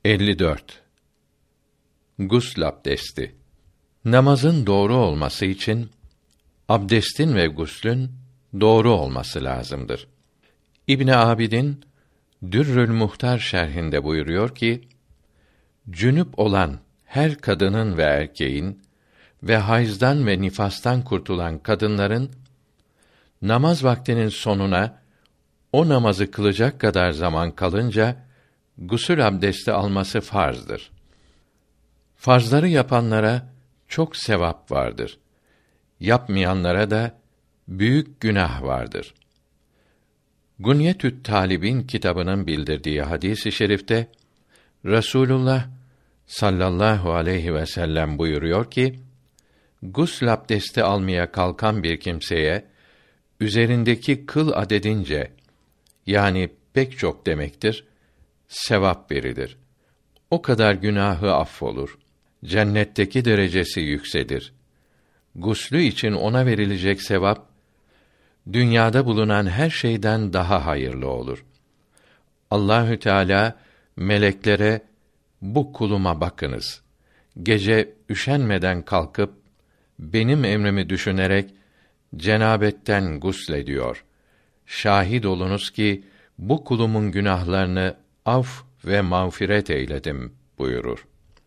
54. Gusl abdesti. Namazın doğru olması için abdestin ve guslün doğru olması lazımdır. İbn Abidin Dürrül Muhtar şerhinde buyuruyor ki, cünüp olan her kadının ve erkeğin ve hayızdan ve nifastan kurtulan kadınların namaz vaktinin sonuna o namazı kılacak kadar zaman kalınca gusül abdesti alması farzdır. Farzları yapanlara çok sevap vardır. Yapmayanlara da büyük günah vardır. Gunyetü't Talibin kitabının bildirdiği hadis-i şerifte Resulullah sallallahu aleyhi ve sellem buyuruyor ki, gusl abdesti almaya kalkan bir kimseye üzerindeki kıl adedince, yani pek çok demektir, sevap verilir. O kadar günahı affolur. Cennetteki derecesi yükselir. Guslü için ona verilecek sevap, dünyada bulunan her şeyden daha hayırlı olur. Allahü Teala meleklere, bu kuluma bakınız. Gece üşenmeden kalkıp benim emrimi düşünerek cenabetten guslediyor. Şahit olunuz ki bu kulumun günahlarını af ve mağfiret eyledim buyurur.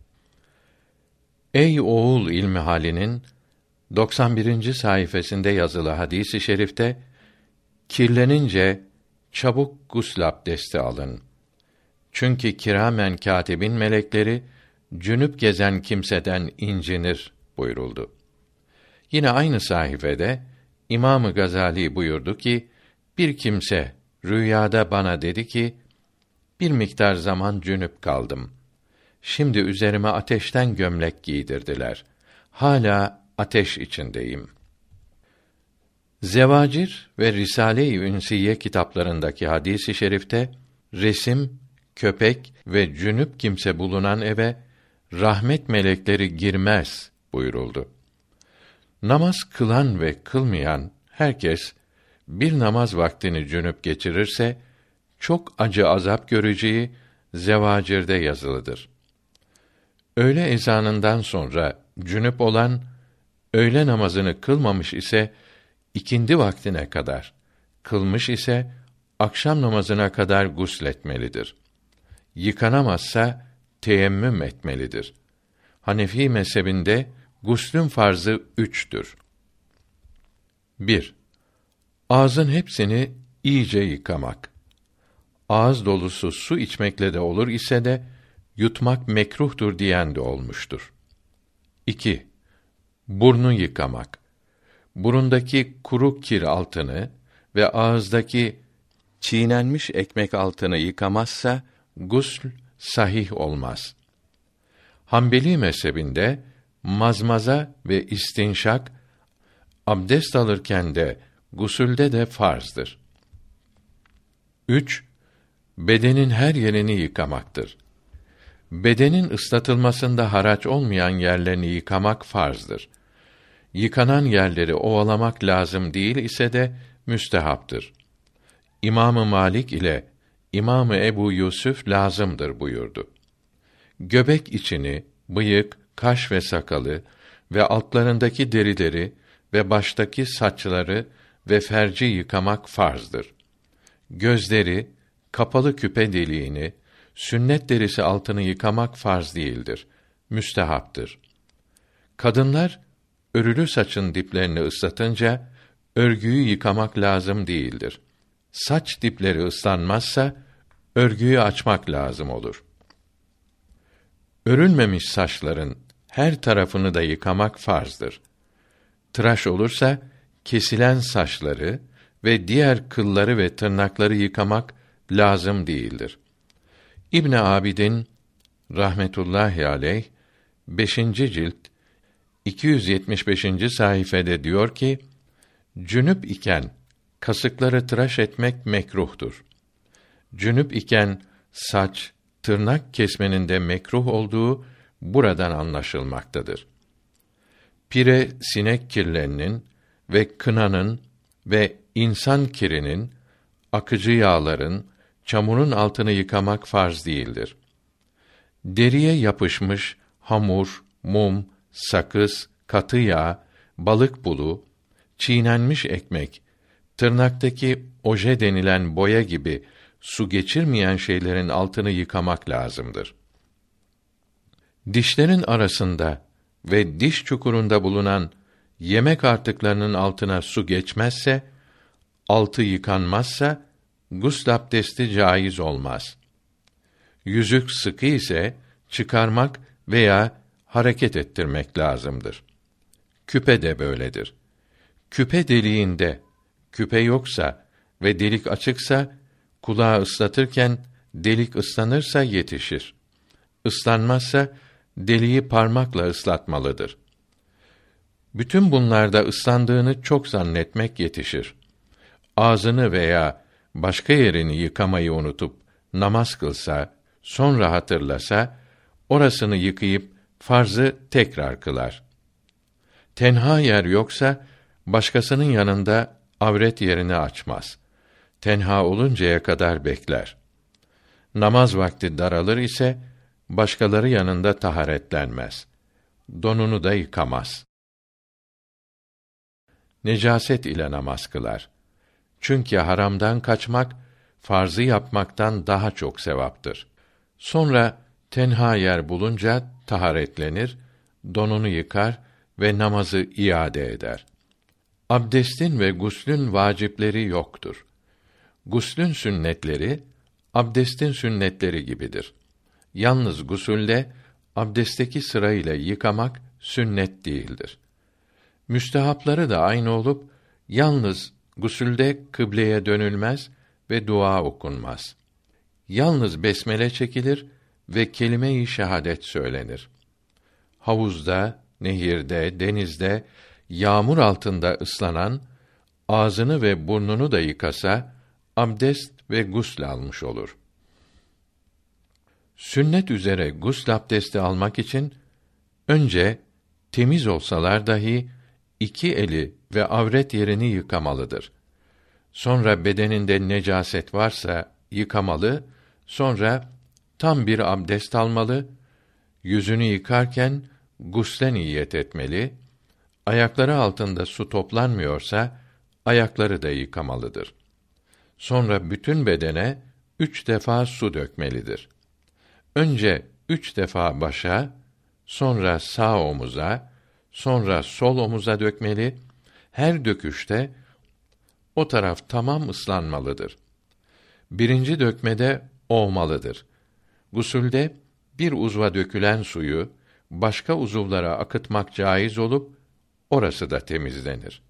Ey oğul İlmihalinin 91. sayfasında yazılı hadis-i şerifte, kirlenince çabuk gusl abdesti alın. Çünkü kiramen katibin melekleri cünüp gezen kimseden incinir buyuruldu. Yine aynı sayfede İmam-ı Gazali buyurdu ki, bir kimse rüyada bana dedi ki, bir miktar zaman cünüp kaldım. Şimdi üzerime ateşten gömlek giydirdiler. Hâlâ ateş içindeyim. Zevacir ve Risale-i Ünsiye kitaplarındaki hadis-i şerifte, resim, köpek ve cünüp kimse bulunan eve rahmet melekleri girmez buyuruldu. Namaz kılan ve kılmayan herkes bir namaz vaktini cünüp geçirirse çok acı azap göreceği Zevacir'de yazılıdır. Öğle ezanından sonra cünüp olan öğle namazını kılmamış ise ikindi vaktine kadar, kılmış ise akşam namazına kadar gusletmelidir. Yıkanamazsa teyemmüm etmelidir. Hanefi mezhebinde guslün farzı 3'tür. 1. Ağzın hepsini iyice yıkamak. Ağız dolusu su içmekle de olur ise de yutmak mekruhtur diyen de olmuştur. 2. Burnu yıkamak. Burundaki kuru kir altını ve ağızdaki çiğnenmiş ekmek altını yıkamazsa gusl sahih olmaz. Hanbeli mezhebinde mazmaza ve istinşak abdest alırken de gusülde de farzdır. 3. Bedenin her yerini yıkamaktır. Bedenin ıslatılmasında haraç olmayan yerlerini yıkamak farzdır. Yıkanan yerleri ovalamak lazım değil ise de müstehaptır. İmam-ı Malik ile İmam-ı Ebu Yusuf lazımdır buyurdu. Göbek içini, bıyık, kaş ve sakalı ve altlarındaki derileri ve baştaki saçları ve ferci yıkamak farzdır. Gözleri, kapalı küpe deliğini, sünnet derisi altını yıkamak farz değildir, müstehaptır. Kadınlar örülü saçın diplerini ıslatınca örgüyü yıkamak lazım değildir. Saç dipleri ıslanmazsa örgüyü açmak lazım olur. Örülmemiş saçların her tarafını da yıkamak farzdır. Tıraş olursa kesilen saçları ve diğer kılları ve tırnakları yıkamak lazım değildir. İbn Abidin rahmetullahi aleyh 5. cilt 275. sayfede diyor ki, cünüp iken kasıkları tıraş etmek mekruhtur. Cünüp iken saç, tırnak kesmenin de mekruh olduğu buradan anlaşılmaktadır. Pire, sinek kirlerinin ve kınanın ve insan kirinin, akıcı yağların, çamurun altını yıkamak farz değildir. Deriye yapışmış hamur, mum, sakız, katı yağ, balık bulu, çiğnenmiş ekmek, tırnaktaki oje denilen boya gibi su geçirmeyen şeylerin altını yıkamak lazımdır. Dişlerin arasında ve diş çukurunda bulunan yemek artıklarının altına su geçmezse, altı yıkanmazsa, gusl abdesti caiz olmaz. Yüzük sıkı ise, çıkarmak veya hareket ettirmek lazımdır. Küpe de böyledir. Küpe deliğinde, küpe yoksa ve delik açıksa, kulağı ıslatırken, delik ıslanırsa yetişir. Islanmazsa, deliği parmakla ıslatmalıdır. Bütün bunlarda ıslandığını çok zannetmek yetişir. Ağzını veya başka yerini yıkamayı unutup namaz kılsa, sonra hatırlasa, orasını yıkayıp farzı tekrar kılar. Tenha yer yoksa, başkasının yanında avret yerini açmaz. Tenha oluncaya kadar bekler. Namaz vakti daralır ise, başkaları yanında taharetlenmez. Donunu da yıkamaz. Necaset ile namaz kılar. Çünkü haramdan kaçmak, farzı yapmaktan daha çok sevaptır. Sonra tenha yer bulunca taharetlenir, donunu yıkar ve namazı iade eder. Abdestin ve guslün vacipleri yoktur. Guslün sünnetleri, abdestin sünnetleri gibidir. Yalnız gusülde, abdestteki sırayla yıkamak sünnet değildir. Müstehapları da aynı olup, yalnız gusülde kıbleye dönülmez ve dua okunmaz. Yalnız besmele çekilir ve kelime-i şehadet söylenir. Havuzda, nehirde, denizde, yağmur altında ıslanan, ağzını ve burnunu da yıkasa, abdest ve gusl almış olur. Sünnet üzere gusl abdesti almak için, önce, temiz olsalar dahi, iki eli ve avret yerini yıkamalıdır. Sonra bedeninde necaset varsa yıkamalı, sonra tam bir abdest almalı, yüzünü yıkarken gusle niyet etmeli, ayakları altında su toplanmıyorsa ayakları da yıkamalıdır. Sonra bütün bedene 3 defa su dökmelidir. Önce 3 defa başa, sonra sağ omuza, sonra sol omuza dökmeli. Her döküşte o taraf tamam ıslanmalıdır. Birinci dökmede olmalıdır. Gusülde bir uzva dökülen suyu başka uzuvlara akıtmak caiz olup orası da temizlenir.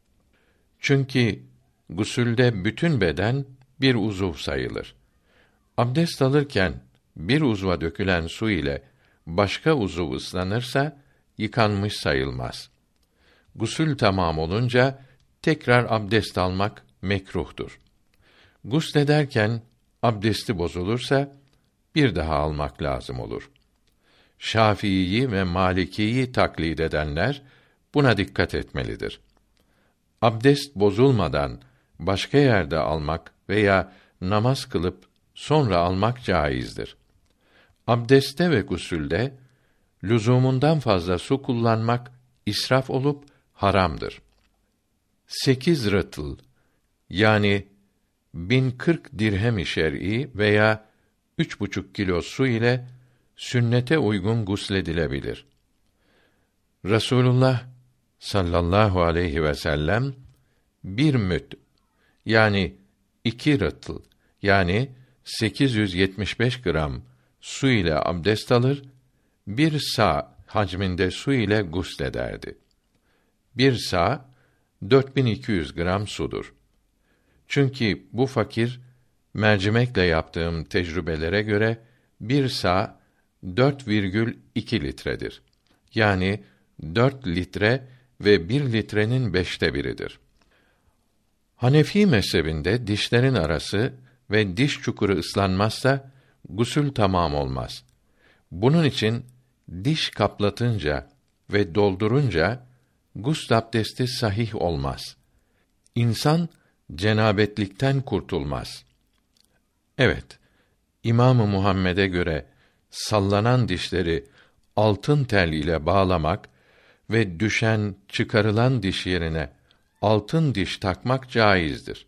Çünkü gusülde bütün beden bir uzuv sayılır. Abdest alırken bir uzva dökülen su ile başka uzuv ıslanırsa yıkanmış sayılmaz. Gusül tamam olunca tekrar abdest almak mekruhtur. Guslederken abdesti bozulursa bir daha almak lazım olur. Şafii'yi ve Maliki'yi taklit edenler buna dikkat etmelidir. Abdest bozulmadan başka yerde almak veya namaz kılıp sonra almak caizdir. Abdestte ve gusülde lüzumundan fazla su kullanmak israf olup haramdır. 8 rıtıl yani 1040 dirhem-i şer'i veya 3,5 kilo su ile sünnete uygun gusledilebilir. Resulullah sallallahu aleyhi ve sellem bir müd yani 2 rıtıl yani 875 gram su ile abdest alır, bir sağ hacminde su ile guslederdi. Bir sağ 4200 gram sudur. Çünkü bu fakir mercimekle yaptığım tecrübelere göre bir sağ 4,2 litredir. Yani 4 litre ve 1 litrenin 5'te biridir. Hanefi mezhebinde dişlerin arası ve diş çukuru ıslanmazsa gusül tamam olmaz. Bunun için diş kaplatınca ve doldurunca gusl abdesti sahih olmaz. İnsan cenabetlikten kurtulmaz. Evet, İmam-ı Muhammed'e göre sallanan dişleri altın tel ile bağlamak ve düşen, çıkarılan diş yerine altın diş takmak caizdir.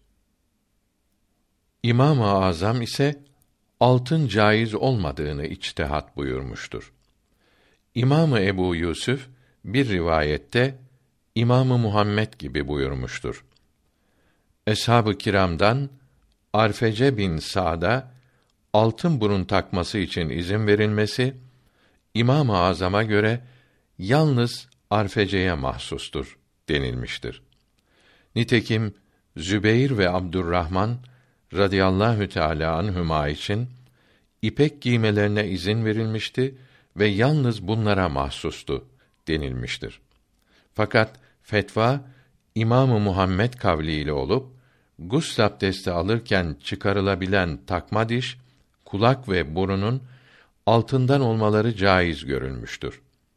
İmam-ı Azam ise altın caiz olmadığını içtihat buyurmuştur. İmam-ı Ebu Yusuf bir rivayette İmam-ı Muhammed gibi buyurmuştur. Eshab-ı kiramdan Arfece bin Sa'da altın burun takması için izin verilmesi, İmam-ı Azam'a göre yalnız Arfece'ye mahsustur denilmiştir. Nitekim Zübeyr ve Abdurrahman radıyallahu teâlâ anhüma için ipek giymelerine izin verilmişti ve yalnız bunlara mahsustu denilmiştir. Fakat fetva İmam-ı Muhammed kavliyle olup gusl abdesti alırken çıkarılabilen takma diş, kulak ve burunun altından olmaları caiz görülmüştür.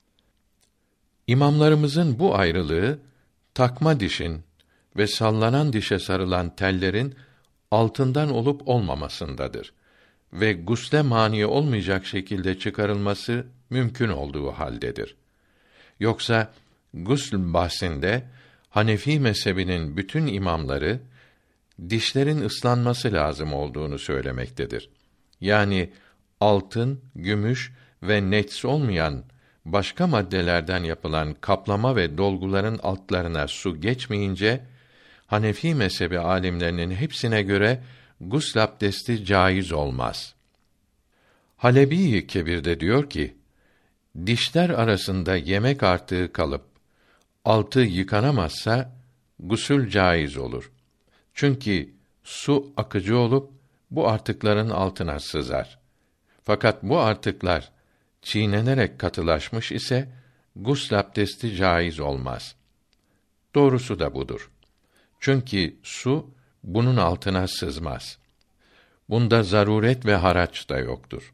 İmamlarımızın bu ayrılığı takma dişin ve sallanan dişe sarılan tellerin altından olup olmamasındadır ve gusle mani olmayacak şekilde çıkarılması mümkün olduğu haldedir. Yoksa gusl bahsinde Hanefi mezhebinin bütün imamları dişlerin ıslanması lazım olduğunu söylemektedir. Yani altın, gümüş ve nets olmayan başka maddelerden yapılan kaplama ve dolguların altlarına su geçmeyince Hanefi mezhebi âlimlerinin hepsine göre gusl abdesti caiz olmaz. Halebi-i Kebir'de diyor ki, dişler arasında yemek artığı kalıp altı yıkanamazsa gusül caiz olur. Çünkü su akıcı olup bu artıkların altına sızar. Fakat bu artıklar çiğnenerek katılaşmış ise gusl abdesti caiz olmaz. Doğrusu da budur. Çünkü su bunun altına sızmaz. Bunda zaruret ve haraç da yoktur.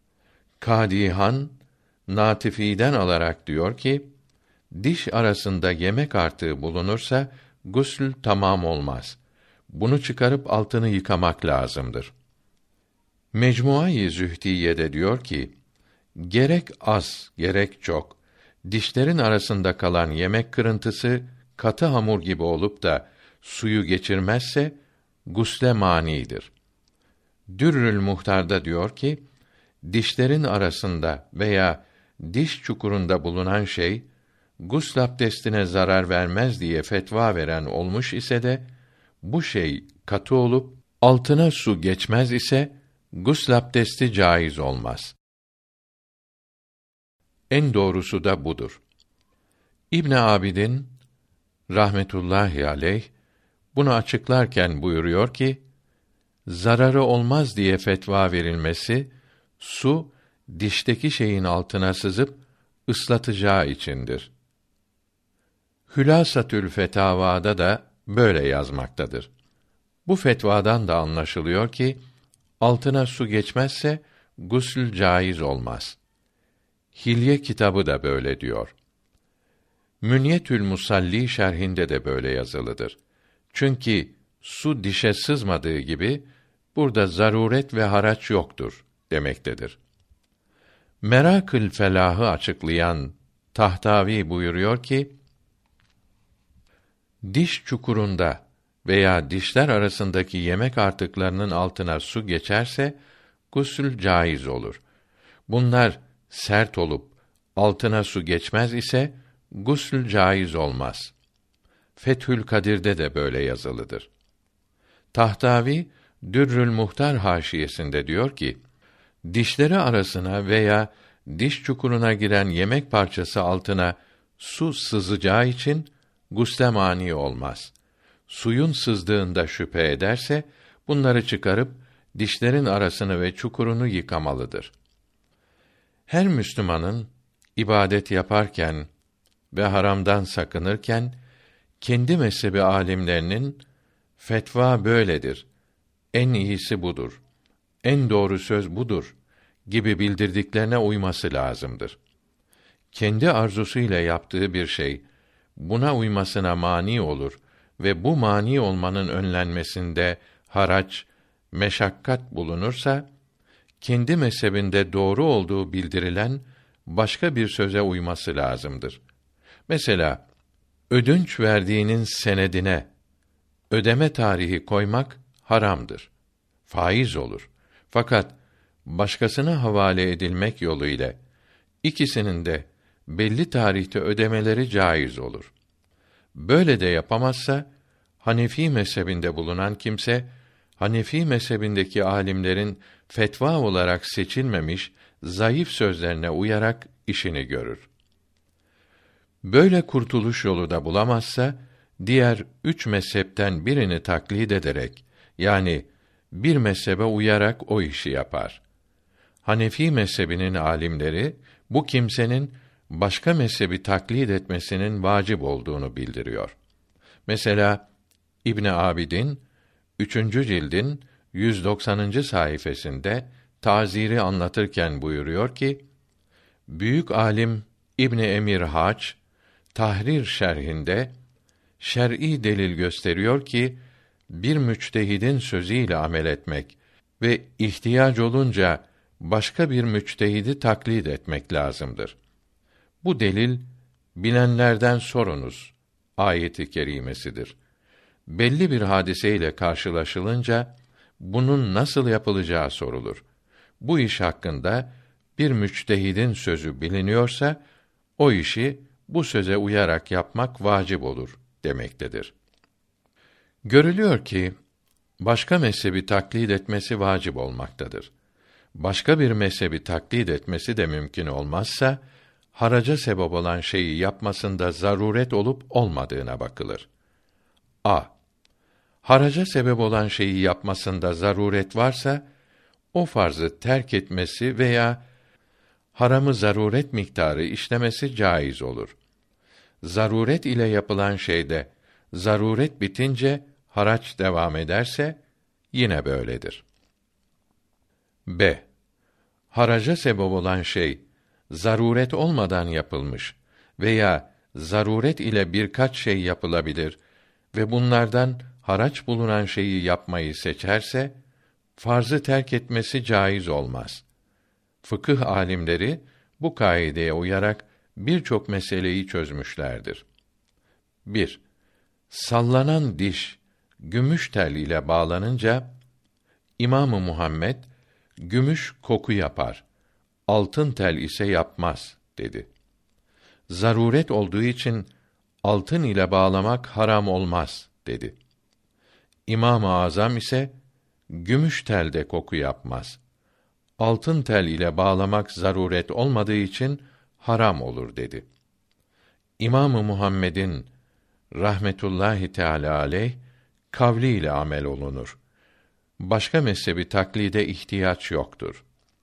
Kadihan Natifi'den alarak diyor ki, diş arasında yemek artığı bulunursa gusül tamam olmaz. Bunu çıkarıp altını yıkamak lazımdır. Mecmua-i Zühdiye'de diyor ki, gerek az, gerek çok, dişlerin arasında kalan yemek kırıntısı katı hamur gibi olup da suyu geçirmezse gusle manidir. Dürrül Muhtar'da diyor ki, dişlerin arasında veya diş çukurunda bulunan şey gusl abdestine zarar vermez diye fetva veren olmuş ise de bu şey katı olup altına su geçmez ise gusl abdesti caiz olmaz. En doğrusu da budur. İbn Abidin rahmetullahi aleyh bunu açıklarken buyuruyor ki, zararı olmaz diye fetva verilmesi su dişteki şeyin altına sızıp ıslatacağı içindir. Hülasatül Fetavada da böyle yazmaktadır. Bu fetvadan da anlaşılıyor ki altına su geçmezse gusül caiz olmaz. Hilye kitabı da böyle diyor. Münyetül Musalli şerhinde de böyle yazılıdır. Çünkü su dişe sızmadığı gibi burada zaruret ve haraç yoktur demektedir. Merakül Felah'ı açıklayan Tahtavi buyuruyor ki, diş çukurunda veya dişler arasındaki yemek artıklarının altına su geçerse gusül caiz olur. Bunlar sert olup altına su geçmez ise gusül caiz olmaz. Fethül Kadir'de de böyle yazılıdır. Tahtavi Dürrül Muhtar haşiyesinde diyor ki, dişleri arasına veya diş çukuruna giren yemek parçası altına su sızacağı için gusle mani olmaz. Suyun sızdığında şüphe ederse bunları çıkarıp dişlerin arasını ve çukurunu yıkamalıdır. Her Müslümanın ibadet yaparken ve haramdan sakınırken kendi mezhebi âlimlerinin fetva böyledir, en iyisi budur, en doğru söz budur gibi bildirdiklerine uyması lazımdır. Kendi arzusuyla yaptığı bir şey buna uymasına mani olur ve bu mani olmanın önlenmesinde haraç, meşakkat bulunursa kendi mezhebinde doğru olduğu bildirilen başka bir söze uyması lazımdır. Mesela ödünç verdiğinin senedine ödeme tarihi koymak haramdır. Faiz olur. Fakat başkasına havale edilmek yoluyla ikisinin de belli tarihte ödemeleri caiz olur. Böyle de yapamazsa Hanefi mezhebinde bulunan kimse Hanefi mezhebindeki alimlerin fetva olarak seçilmemiş zayıf sözlerine uyarak işini görür. Böyle kurtuluş yolu da bulamazsa diğer 3 mezhepten birini taklit ederek, yani bir mezhebe uyarak o işi yapar. Hanefi mezhebinin alimleri bu kimsenin başka mezhebi taklit etmesinin vacip olduğunu bildiriyor. Mesela İbn Abidin 3. cildin 190. sayfasında taziri anlatırken buyuruyor ki, büyük alim İbn Emir Haç Tahrir şerhinde şer'i delil gösteriyor ki bir müçtehidin sözüyle amel etmek ve ihtiyaç olunca başka bir müçtehidi taklit etmek lazımdır. Bu delil bilenlerden sorunuz ayeti kerimesidir. Belli bir hadiseyle karşılaşılınca bunun nasıl yapılacağı sorulur. Bu iş hakkında bir müçtehidin sözü biliniyorsa o işi bu söze uyarak yapmak vacip olur demektedir. Görülüyor ki başka mezhebi taklit etmesi vacip olmaktadır. Başka bir mezhebi taklit etmesi de mümkün olmazsa haraca sebep olan şeyi yapmasında zaruret olup olmadığına bakılır. A. Haraca sebep olan şeyi yapmasında zaruret varsa o farzı terk etmesi veya haramı zaruret miktarı işlemesi caiz olur. Zaruret ile yapılan şeyde zaruret bitince haraç devam ederse yine böyledir. B. Haraca sebep olan şey zaruret olmadan yapılmış veya zaruret ile birkaç şey yapılabilir ve bunlardan haraç bulunan şeyi yapmayı seçerse farzı terk etmesi caiz olmaz. Fıkıh alimleri bu kaideye uyarak birçok meseleyi çözmüşlerdir. 1. Sallanan diş gümüş tel ile bağlanınca İmam-ı Muhammed gümüş koku yapar, altın tel ise yapmaz dedi. Zaruret olduğu için altın ile bağlamak haram olmaz dedi. İmam-ı Azam ise gümüş tel de koku yapmaz. Altın tel ile bağlamak zaruret olmadığı için haram olur dedi. İmam-ı Muhammed'in rahmetullahi teâlâ aleyh kavliyle amel olunur. Başka mezhebi taklide ihtiyaç yoktur.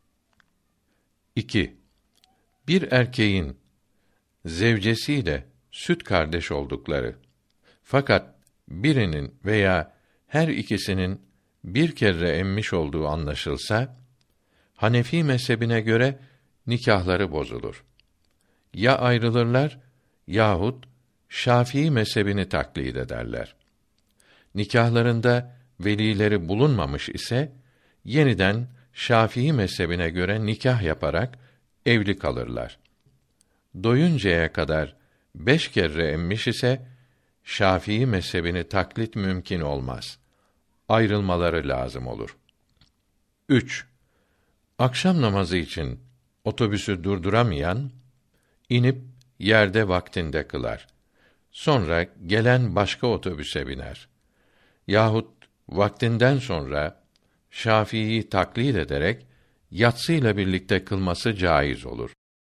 2. Bir erkeğin zevcesiyle süt kardeş oldukları fakat birinin veya her ikisinin bir kere emmiş olduğu anlaşılsa, Hanefi mezhebine göre nikahları bozulur. Ya ayrılırlar yahut Şafii mezhebini taklit ederler. Nikahlarında velileri bulunmamış ise yeniden Şafii mezhebine göre nikah yaparak evli kalırlar. Doyuncaya kadar 5 kere emmiş ise Şafii mezhebini taklit mümkün olmaz. Ayrılmaları lazım olur. 3. Akşam namazı için otobüsü durduramayan inip yerde vaktinde kılar. Sonra gelen başka otobüse biner. Yahut vaktinden sonra Şafii'yi taklit ederek yatsıyla birlikte kılması caiz olur.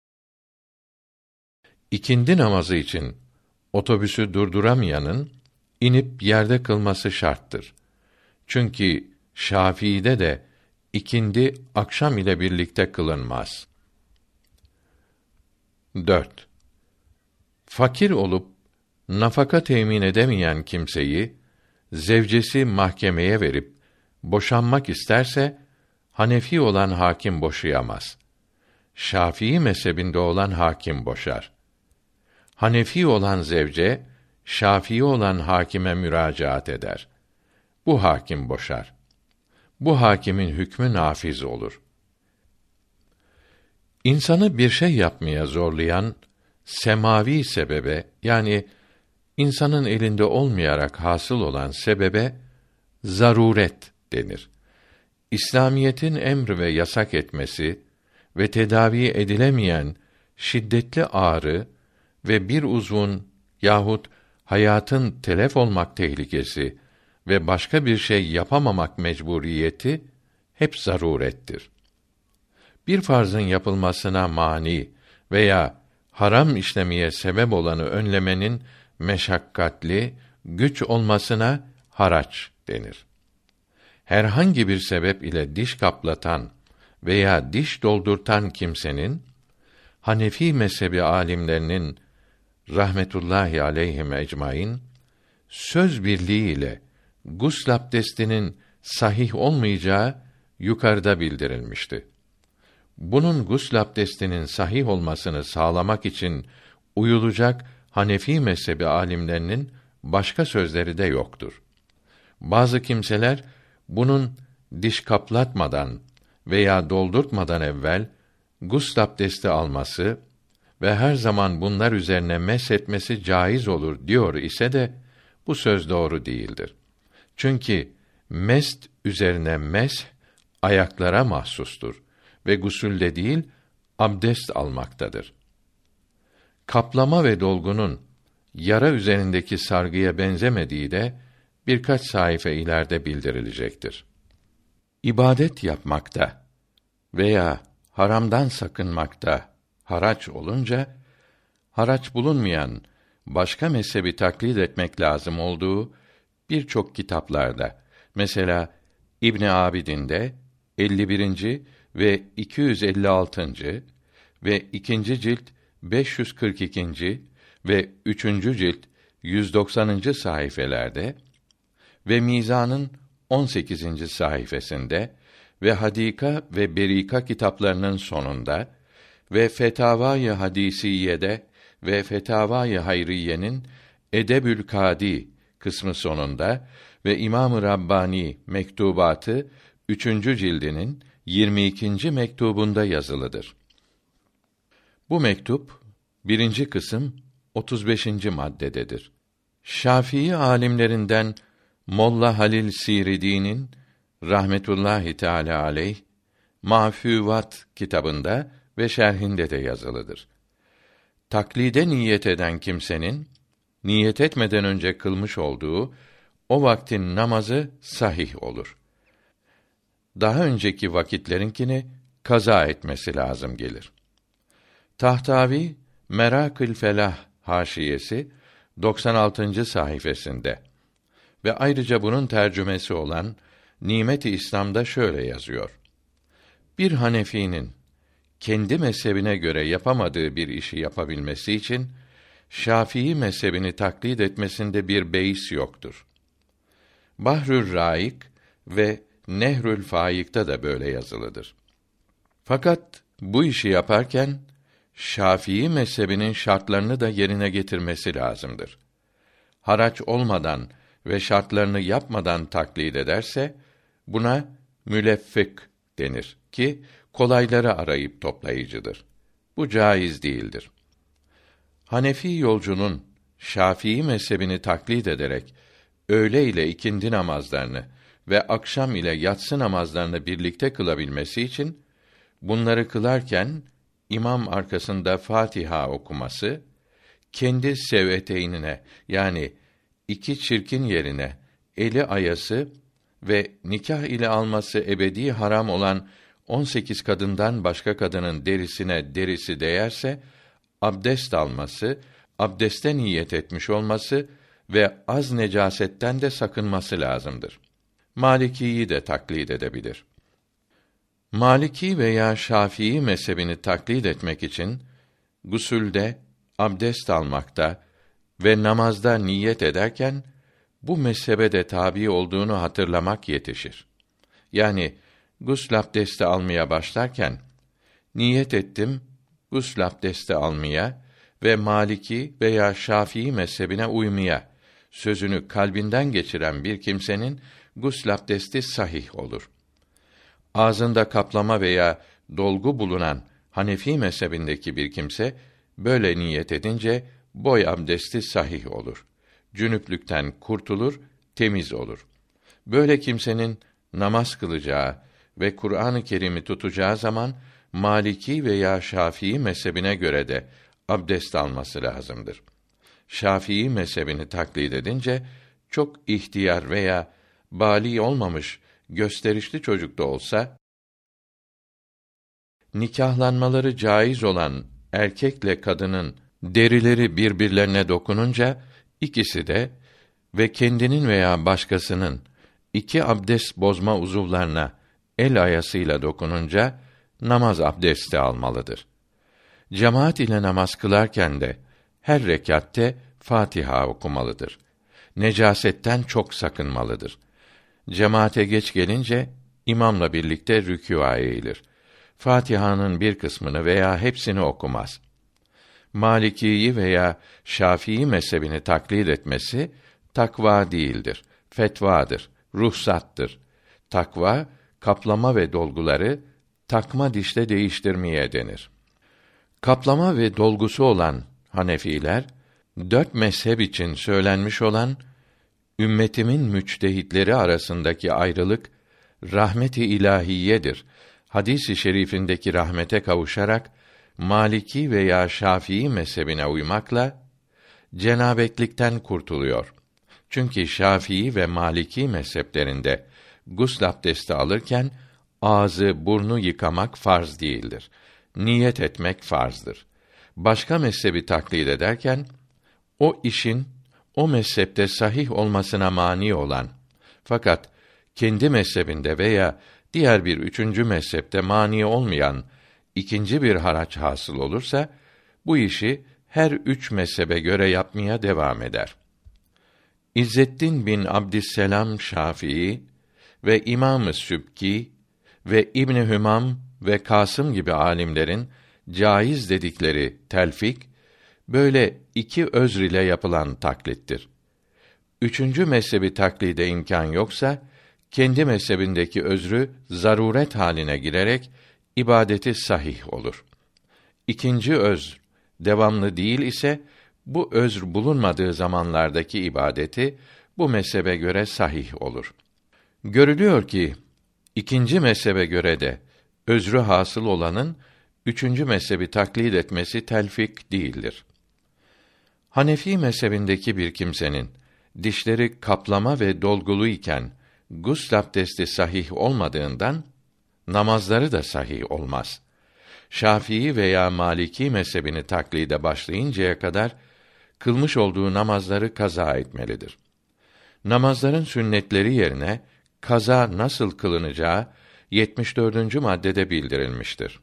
İkindi namazı için otobüsü durduramayanın inip yerde kılması şarttır. Çünkü Şafii'de de ikindi akşam ile birlikte kılınmaz. 4. Fakir olup nafaka temin edemeyen kimseyi zevcesi mahkemeye verip boşanmak isterse Hanefi olan hakim boşayamaz. Şafii mezhebinde olan hakim boşar. Hanefi olan zevce Şafii olan hakime müracaat eder. Bu hakim boşar. Bu hakimin hükmü nafiz olur. İnsanı bir şey yapmaya zorlayan semavi sebebe, yani insanın elinde olmayarak hasıl olan sebebe zaruret denir. İslamiyetin emr ve yasak etmesi ve tedavi edilemeyen şiddetli ağrı ve bir uzvun yahut hayatın telef olmak tehlikesi ve başka bir şey yapamamak mecburiyeti hep zarurettir. Bir farzın yapılmasına mani veya haram işlemeye sebep olanı önlemenin meşakkatli, güç olmasına haraç denir. Herhangi bir sebep ile diş kaplatan veya diş doldurtan kimsenin, Hanefi mezhebi âlimlerinin rahmetullahi aleyhim ecmaîn söz birliği ile gusl abdestinin sahih olmayacağı yukarıda bildirilmişti. Bunun gusl abdestinin sahih olmasını sağlamak için uyulacak Hanefi mezhebi âlimlerinin başka sözleri de yoktur. Bazı kimseler bunun diş kaplatmadan veya doldurtmadan evvel gusl abdesti alması ve her zaman bunlar üzerine meshetmesi caiz olur diyor ise de bu söz doğru değildir. Çünkü mest üzerine mesh ayaklara mahsustur ve gusülde değil abdest almaktadır. Kaplama ve dolgunun yara üzerindeki sargıya benzemediği de birkaç sayfa ileride bildirilecektir. İbadet yapmakta veya haramdan sakınmakta haraç olunca, haraç bulunmayan başka mezhebi taklit etmek lazım olduğu birçok kitaplarda, mesela İbn Abidin'de 51. ve 256. ve 2. cilt 542. ve 3. cilt 190. sayfelerde ve Mizan'ın 18. sayfasında ve Hadika ve Berika kitaplarının sonunda ve Fetavâ-i Hadîsiyye'de ve Fetavâ-i Hayriye'nin Edebül Kâdi kısmı sonunda ve İmam-ı Rabbani mektubatı 3. cildinin 22. mektubunda yazılıdır. Bu mektup 1. kısım 35. maddededir. Şafii alimlerinden Molla Halil Siridi'nin rahmetullahi teâlâ aleyh Ma'fûvat kitabında ve şerhinde de yazılıdır. Taklide niyet eden kimsenin niyet etmeden önce kılmış olduğu o vaktin namazı sahih olur. Daha önceki vakitlerinkini kaza etmesi lazım gelir. Tahtavi Merakül Felah haşiyesi 96. sayfasında ve ayrıca bunun tercümesi olan Nimet-i İslam'da şöyle yazıyor: Bir Hanefi'nin kendi mezhebine göre yapamadığı bir işi yapabilmesi için Şafii mezhebini taklit etmesinde bir beis yoktur. Bahrül Raik ve Nehrül Faik'ta da böyle yazılıdır. Fakat bu işi yaparken Şafii mezhebinin şartlarını da yerine getirmesi lazımdır. Haraç olmadan ve şartlarını yapmadan taklit ederse buna müleffik denir ki kolayları arayıp toplayıcıdır. Bu caiz değildir. Hanefi yolcunun Şafii mezhebini taklit ederek öğle ile ikindi namazlarını ve akşam ile yatsı namazlarını birlikte kılabilmesi için bunları kılarken imam arkasında Fatiha okuması, kendi sev'eteynine yani iki çirkin yerine eli ayası ve nikah ile alması ebedi haram olan 18 kadından başka kadının derisine derisi değerse abdest alması, abdeste niyet etmiş olması ve az necasetten de sakınması lazımdır. Maliki'yi de taklit edebilir. Maliki veya Şafii mezhebini taklit etmek için gusülde, abdest almakta ve namazda niyet ederken bu mezhebe de tabi olduğunu hatırlamak yetişir. Yani gusl abdesti almaya başlarken niyet ettim gusl abdesti almaya ve Maliki veya Şafii mezhebine uymaya sözünü kalbinden geçiren bir kimsenin gusl abdesti sahih olur. Ağzında kaplama veya dolgu bulunan Hanefi mezhebindeki bir kimse böyle niyet edince boy abdesti sahih olur. Cünüplükten kurtulur, temiz olur. Böyle kimsenin namaz kılacağı ve Kur'an-ı Kerim'i tutacağı zaman Maliki veya Şafii mezhebine göre de abdest alması lazımdır. Şafii mezhebini taklit edince çok ihtiyar veya bâli olmamış gösterişli çocuk da olsa nikahlanmaları caiz olan erkekle kadının derileri birbirlerine dokununca ikisi de ve kendinin veya başkasının iki abdest bozma uzuvlarına el ayasıyla dokununca namaz abdesti almalıdır. Cemaat ile namaz kılarken de her rekatte Fatiha okumalıdır. Necasetten çok sakınmalıdır. Cemaate geç gelince imamla birlikte rükûa eğilir. Fatiha'nın bir kısmını veya hepsini okumaz. Malikiyi veya Şafii mezhebini taklit etmesi takva değildir, fetvadır, ruhsattır. Takva, kaplama ve dolguları takma dişle değiştirmeye denir. Kaplama ve dolgusu olan Hanefiler, 4 mezhep için söylenmiş olan ümmetimin müçtehitleri arasındaki ayrılık rahmet-i ilahiyedir. Hadis-i şerifindeki rahmete kavuşarak Maliki veya Şafii mezhebine uymakla cenabetlikten kurtuluyor. Çünkü Şafii ve Maliki mezheplerinde gusl abdesti alırken ağzı, burnu yıkamak farz değildir. Niyet etmek farzdır. Başka mezhebi taklit ederken o işin o mezhepte sahih olmasına mani olan fakat kendi mezhebinde veya diğer bir üçüncü mezhepte mani olmayan ikinci bir haraç hasıl olursa bu işi her üç mezhebe göre yapmaya devam eder. İzzettin bin Abdüsselam Şafii ve İmam-ı Sübki ve İbn Hümam ve Kasım gibi alimlerin caiz dedikleri telfik böyle iki özr ile yapılan taklittir. Üçüncü mezhebi taklide imkan yoksa kendi mezhebindeki özrü zaruret haline girerek ibadeti sahih olur. İkinci özr devamlı değil ise bu özr bulunmadığı zamanlardaki ibadeti bu mezhebe göre sahih olur. Görülüyor ki ikinci mezhebe göre de özrü hasıl olanın üçüncü mezhebi taklit etmesi telfik değildir. Hanefi mezhebindeki bir kimsenin dişleri kaplama ve dolgulu iken gusl abdesti sahih olmadığından namazları da sahih olmaz. Şafii veya Maliki mezhebini taklide başlayıncaya kadar kılmış olduğu namazları kaza etmelidir. Namazların sünnetleri yerine kaza nasıl kılınacağı 74. maddede bildirilmiştir.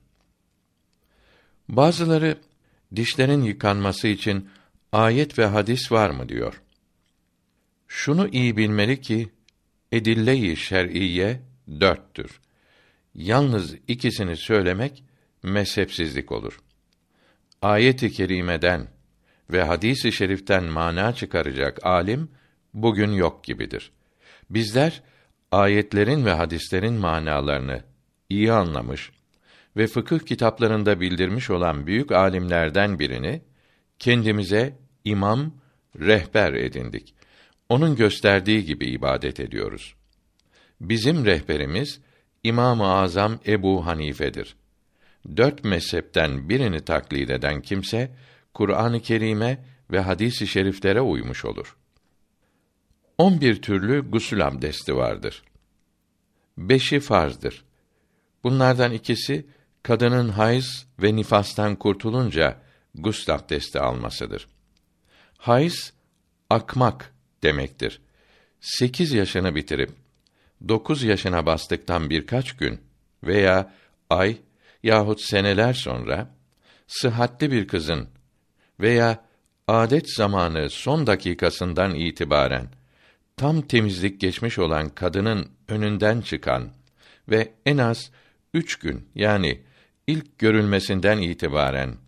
Bazıları dişlerin yıkanması için ayet ve hadis var mı diyor. Şunu iyi bilmeli ki edille-i şer'iyye 4'tür. Yalnız ikisini söylemek mezhepsizlik olur. Ayet-i kerimeden ve hadis-i şeriften mana çıkaracak alim bugün yok gibidir. Bizler ayetlerin ve hadislerin manalarını iyi anlamış ve fıkıh kitaplarında bildirmiş olan büyük alimlerden birini kendimize imam, rehber edindik. Onun gösterdiği gibi ibadet ediyoruz. Bizim rehberimiz İmam-ı Azam Ebu Hanife'dir. 4 mezhepten birini taklit eden kimse Kur'an-ı Kerim'e ve hadis-i şeriflere uymuş olur. 11 türlü gusül abdesti vardır. 5'i farzdır. Bunlardan ikisi kadının hayız ve nifastan kurtulunca gusül abdesti almasıdır. Hayız akmak demektir. 8 yaşını bitirip 9 yaşına bastıktan birkaç gün veya ay yahut seneler sonra sıhhatli bir kızın veya adet zamanı son dakikasından itibaren tam temizlik geçmiş olan kadının önünden çıkan ve en az 3 gün yani ilk görülmesinden itibaren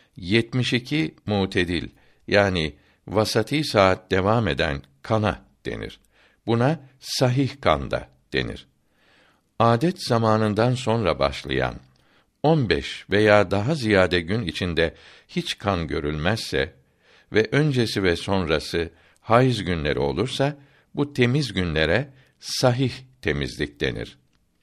72 mutedil yani vasati saat devam eden kana denir. Buna sahih kan da denir. Adet zamanından sonra başlayan 15 veya daha ziyade gün içinde hiç kan görülmezse ve öncesi ve sonrası hayız günleri olursa, bu temiz günlere sahih temizlik denir.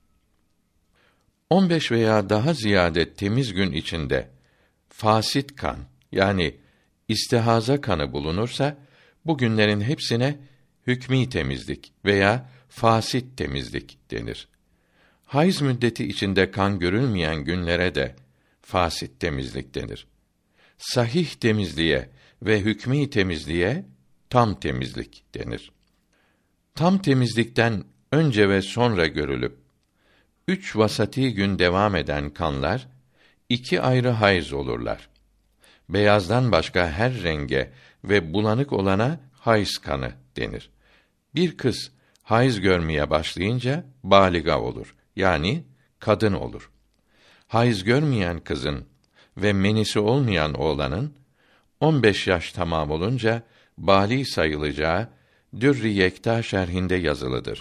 15 veya daha ziyade temiz gün içinde fasit kan, yani istihaza kanı bulunursa, bu günlerin hepsine hükmî temizlik veya fasit temizlik denir. Hayız müddeti içinde kan görülmeyen günlere de fasit temizlik denir. Sahih temizliğe ve hükmî temizliğe tam temizlik denir. Tam temizlikten önce ve sonra görülüp 3 vasati gün devam eden kanlar 2 ayrı hayız olurlar. Beyazdan başka her renge ve bulanık olana hayız kanı denir. Bir kız hayız görmeye başlayınca bâliga olur. Yani kadın olur. Hayız görmeyen kızın ve menisi olmayan oğlanın 15 yaş tamam olunca bâli sayılacağı Dürr-i Yekta şerhinde yazılıdır.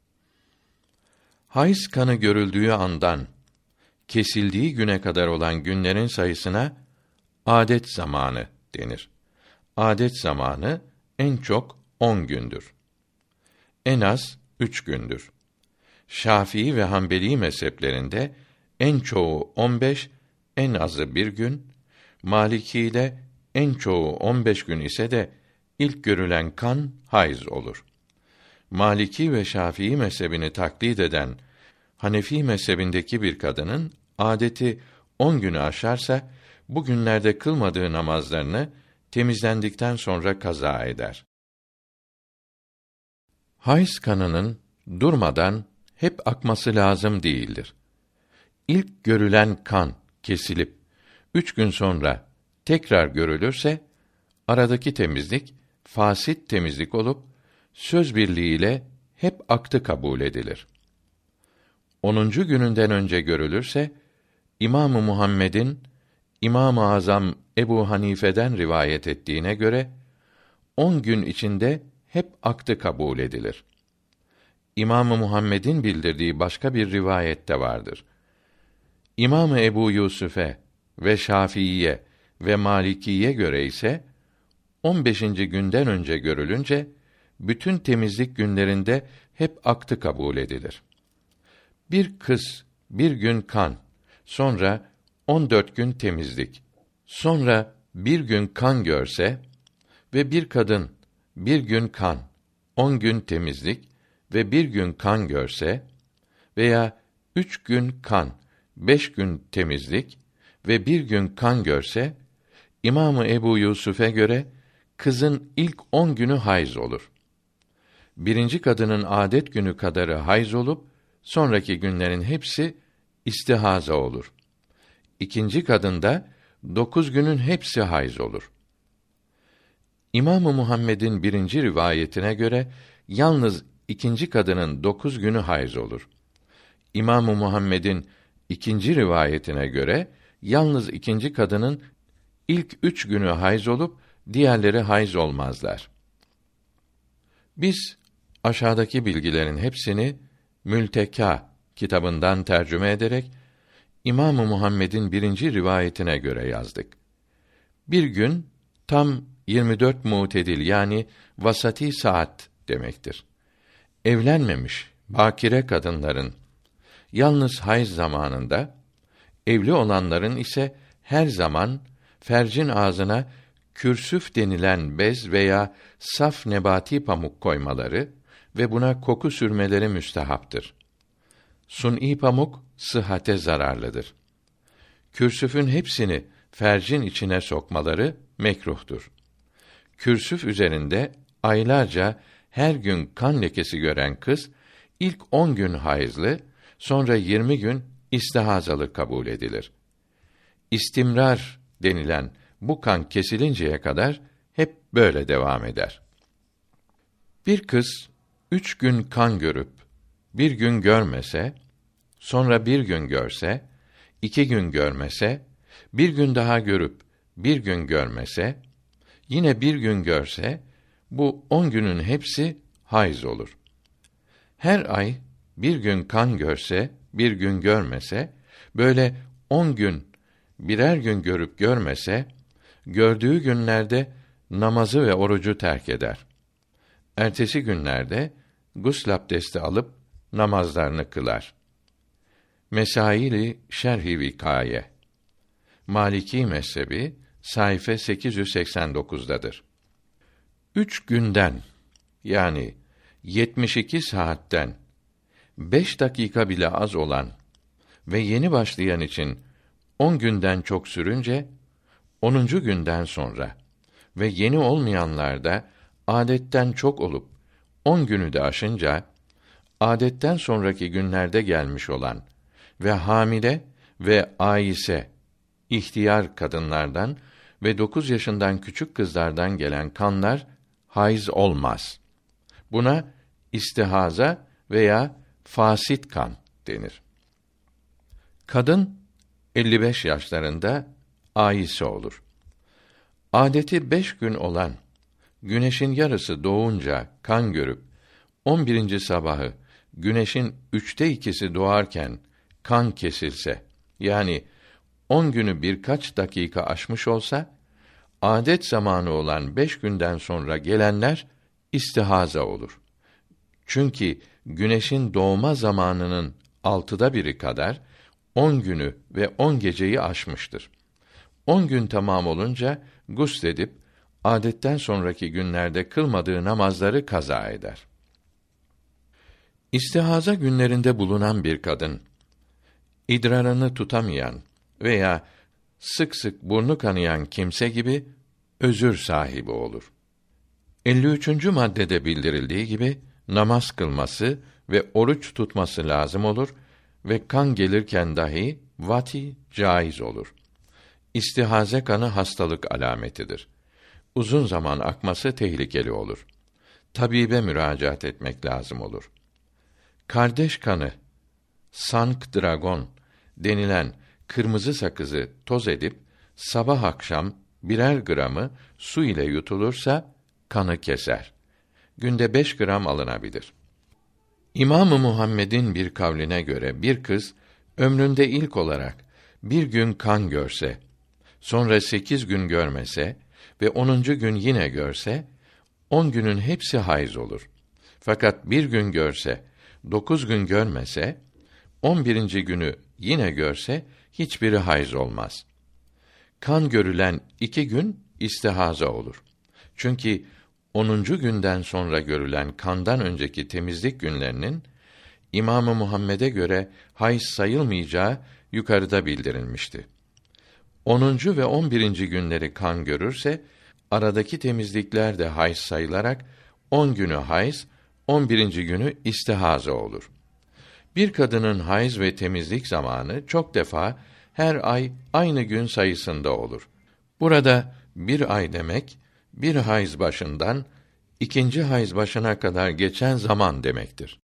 Hayız kanı görüldüğü andan kesildiği güne kadar olan günlerin sayısına adet zamanı denir. Adet zamanı en çok 10 gündür. En az 3 gündür. Şafii ve Hanbeli mezheplerinde en çoğu 15, en azı 1 gün, Maliki'de en çoğu 15 gün ise de ilk görülen kan hayız olur. Maliki ve Şafii mezhebini taklit eden Hanefi mezhebindeki bir kadının adeti 10 günü aşarsa, bu günlerde kılmadığı namazlarını temizlendikten sonra kaza eder. Hayız kanının durmadan hep akması lazım değildir. İlk görülen kan kesilip 3 gün sonra tekrar görülürse, aradaki temizlik fasit temizlik olup söz birliğiyle hep aktı kabul edilir. 10. gününden önce görülürse, İmam-ı Muhammed'in İmam-ı Azam Ebu Hanife'den rivayet ettiğine göre 10 gün içinde hep aktı kabul edilir. İmam-ı Muhammed'in bildirdiği başka bir rivayette vardır. İmam-ı Ebu Yusuf'e ve Şafii'ye ve Maliki'ye göre ise 15. günden önce görülünce bütün temizlik günlerinde hep aktı kabul edilir. Bir kız bir gün kan, sonra 14 gün temizlik, sonra bir gün kan görse ve bir kadın bir gün kan, 10 gün temizlik ve bir gün kan görse veya 3 gün kan, 5 gün temizlik ve bir gün kan görse, İmam-ı Ebu Yusuf'e göre kızın ilk 10 günü hayız olur. Birinci kadının adet günü kadarı hayız olup, sonraki günlerin hepsi istihaza olur. İkinci kadında 9 günün hepsi hayız olur. İmam-ı Muhammed'in 1. rivayetine göre yalnız ikinci kadının 9 günü hayız olur. İmam-ı Muhammed'in 2. rivayetine göre yalnız ikinci kadının ilk 3 günü hayız olup diğerleri hayız olmazlar. Biz aşağıdaki bilgilerin hepsini Mülteka kitabından tercüme ederek İmam-ı Muhammed'in 1. rivayetine göre yazdık. Bir gün tam 24 mutedil, yani vasati saat demektir. Evlenmemiş bakire kadınların yalnız hayız zamanında, evli olanların ise her zaman fercin ağzına kürsüf denilen bez veya saf nebati pamuk koymaları ve buna koku sürmeleri müstehaptır. Sun'i pamuk sıhhate zararlıdır. Kürsüfün hepsini fercin içine sokmaları mekruhtur. Kürsüf üzerinde aylarca her gün kan lekesi gören kız ilk 10 gün hayızlı, sonra 20 gün istihazalı kabul edilir. İstimrar denilen bu kan kesilinceye kadar hep böyle devam eder. Bir kız 3 gün kan görüp bir gün görmese, sonra bir gün görse, 2 gün görmese, bir gün daha görüp bir gün görmese, yine bir gün görse, bu 10 günün hepsi hayız olur. Her ay bir gün kan görse, bir gün görmese, böyle 10 gün, birer gün görüp görmese, gördüğü günlerde namazı ve orucu terk eder. Ertesi günlerde gusl abdesti alıp namazlarını kılar. Mesaili Şerh-i Vikaye, Maliki mezhebi sayfa 889'dadır. 3 günden, yani 72 saatten 5 dakika bile az olan ve yeni başlayan için 10 günden çok sürünce, 10. günden sonra ve yeni olmayanlarda âdetten çok olup 10 günü de aşınca, âdetten sonraki günlerde gelmiş olan ve hamile ve âyise, ihtiyar kadınlardan ve 9 yaşından küçük kızlardan gelen kanlar hayız olmaz. Buna istihaza veya fasit kan denir. Kadın 55 yaşlarında âyise olur. Âdeti 5 gün olan, güneşin yarısı doğunca kan görüp 11. sabahı güneşin 2/3 doğarken kan kesilse, yani 10 günü birkaç dakika aşmış olsa, âdet zamanı olan 5 günden sonra gelenler istihaza olur. Çünkü güneşin doğma zamanının 6'da 1'i kadar 10 günü ve 10 geceyi aşmıştır. 10 gün tamam olunca gusledip âdetten sonraki günlerde kılmadığı namazları kaza eder. İstihaza günlerinde bulunan bir kadın, idrarını tutamayan veya sık sık burnu kanayan kimse gibi özür sahibi olur. 53. maddede bildirildiği gibi namaz kılması ve oruç tutması lazım olur ve kan gelirken dahi vati caiz olur. İstihaze kanı hastalık alametidir. Uzun zaman akması tehlikeli olur. Tabibe müracaat etmek lazım olur. Kardeş kanı, sank dragon denilen kırmızı sakızı toz edip sabah akşam 1'er gramı su ile yutulursa kanı keser. Günde 5 gram alınabilir. İmam-ı Muhammed'in bir kavline göre bir kız ömründe ilk olarak bir gün kan görse, sonra 8 gün görmese ve 10. gün yine görse, 10 günün hepsi hayız olur. Fakat bir gün görse, 9 gün görmese, 11. günü yine görse, hiçbiri hayız olmaz. Kan görülen 2 gün istihaza olur. Çünkü 10. günden sonra görülen kandan önceki temizlik günlerinin İmam-ı Muhammed'e göre hayız sayılmayacağı yukarıda bildirilmişti. 10. ve 11. günleri kan görürse aradaki temizlikler de hayız sayılarak 10 günü hayız, 11. günü istihaza olur. Bir kadının hayız ve temizlik zamanı çok defa her ay aynı gün sayısında olur. Burada bir ay demek, bir hayız başından 2. hayız başına kadar geçen zaman demektir.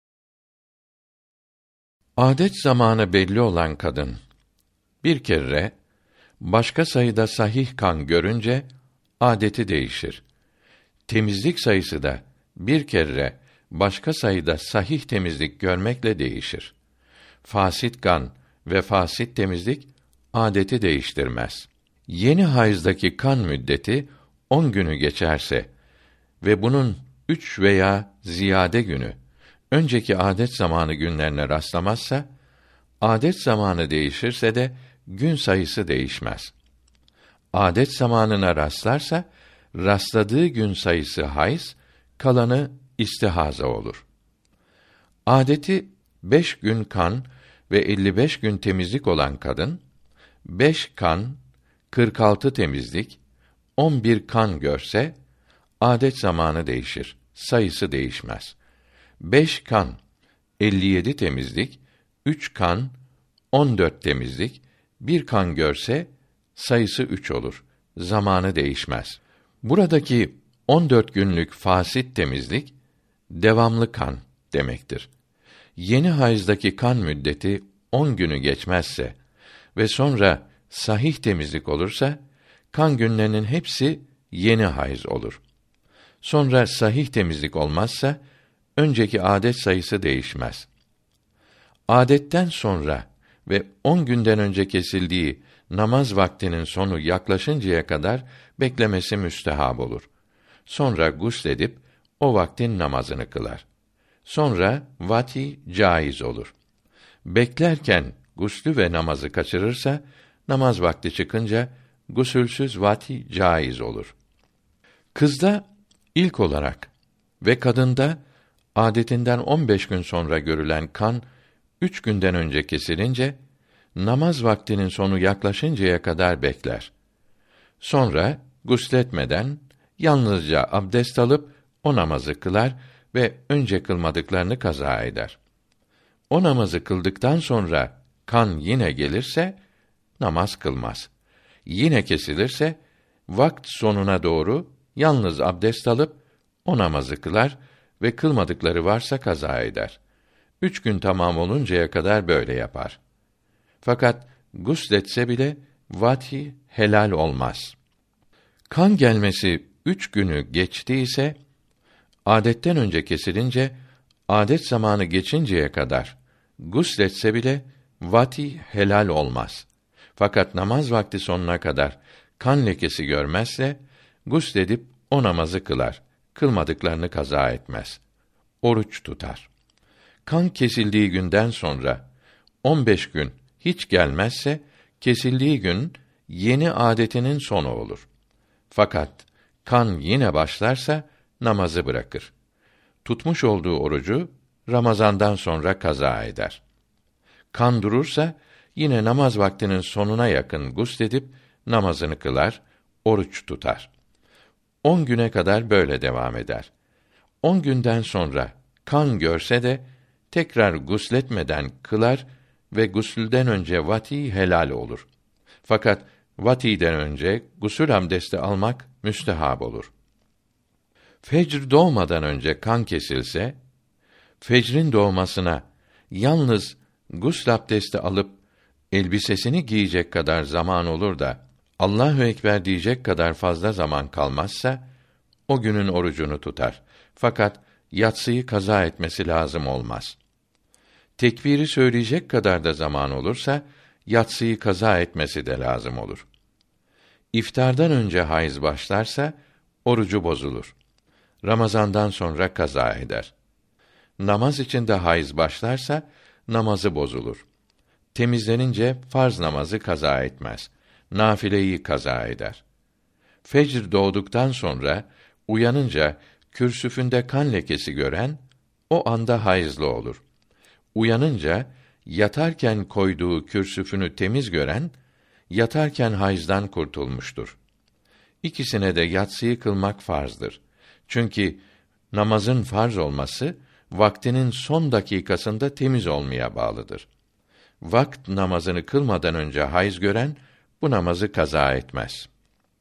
Âdet zamanı belli olan kadın, bir kere başka sayıda sahih kan görünce âdeti değişir. Temizlik sayısı da bir kere başka sayıda sahih temizlik görmekle değişir. Fasit kan ve fasit temizlik âdeti değiştirmez. Yeni hayızdaki kan müddeti 10 günü geçerse ve bunun 3 veya ziyade günü önceki âdet zamanı günlerine rastlamazsa, âdet zamanı değişirse de gün sayısı değişmez. Âdet zamanına rastlarsa, rastladığı gün sayısı hayız, kalanı istihaza olur. Âdeti 5 gün kan ve 55 gün temizlik olan kadın, 5 kan, 46 temizlik, 11 kan görse, âdet zamanı değişir, sayısı değişmez. 5 kan, 57 temizlik, 3 kan, 14 temizlik, 1 kan görse, sayısı 3 olur, zamanı değişmez. Buradaki 14 günlük fasit temizlik, devamlı kan demektir. Yeni hayızdaki kan müddeti 10 günü geçmezse ve sonra sahih temizlik olursa, kan günlerinin hepsi yeni hayız olur. Sonra sahih temizlik olmazsa, önceki âdet sayısı değişmez. Âdetten sonra ve 10 günden önce kesildiği namaz vaktinin sonu yaklaşıncaya kadar beklemesi müstehab olur. Sonra gusledip o vaktin namazını kılar. Sonra vati caiz olur. Beklerken guslü ve namazı kaçırırsa, namaz vakti çıkınca gusülsüz vati caiz olur. Kızda ilk olarak ve kadında adetinden 15 gün sonra görülen kan 3 günden önce kesilince, namaz vaktinin sonu yaklaşıncaya kadar bekler. Sonra gusletmeden yalnızca abdest alıp o namazı kılar ve önce kılmadıklarını kaza eder. O namazı kıldıktan sonra kan yine gelirse namaz kılmaz. Yine kesilirse vakt sonuna doğru yalnız abdest alıp o namazı kılar ve kılmadıkları varsa kaza eder. 3 gün tamam oluncaya kadar böyle yapar. Fakat gusletse bile vati helal olmaz. Kan gelmesi 3 günü geçtiyse, adetten önce kesilince, adet zamanı geçinceye kadar gusletse bile vati helal olmaz. Fakat namaz vakti sonuna kadar kan lekesi görmezse, gusledip o namazı kılar. Kılmadıklarını kaza etmez. Oruç tutar. Kan kesildiği günden sonra 15 gün hiç gelmezse, kesildiği gün yeni adetinin sonu olur. Fakat kan yine başlarsa namazı bırakır. Tutmuş olduğu orucu Ramazan'dan sonra kaza eder. Kan durursa yine namaz vaktinin sonuna yakın gusledip namazını kılar, oruç tutar. 10 güne kadar böyle devam eder. 10 günden sonra kan görse de tekrar gusletmeden kılar ve gusülden önce vati helal olur. Fakat vatiden önce gusül abdesti almak müstehab olur. Fecr doğmadan önce kan kesilse, fecrin doğmasına yalnız gusl abdesti alıp elbisesini giyecek kadar zaman olur da Allahu ekber diyecek kadar fazla zaman kalmazsa o günün orucunu tutar. Fakat yatsıyı kaza etmesi lazım olmaz. Tekbiri söyleyecek kadar da zaman olursa yatsıyı kaza etmesi de lazım olur. İftardan önce hayız başlarsa orucu bozulur. Ramazandan sonra kaza eder. Namaz içinde hayız başlarsa namazı bozulur. Temizlenince farz namazı kaza etmez. Nafileyi kaza eder. Fecr doğduktan sonra uyanınca kürsüfünde kan lekesi gören o anda hayızlı olur. Uyanınca yatarken koyduğu kürsüfünü temiz gören yatarken hayızdan kurtulmuştur. İkisine de yatsıyı kılmak farzdır. Çünkü namazın farz olması vaktinin son dakikasında temiz olmaya bağlıdır. Vakt namazını kılmadan önce hayız gören bu namazı kaza etmez.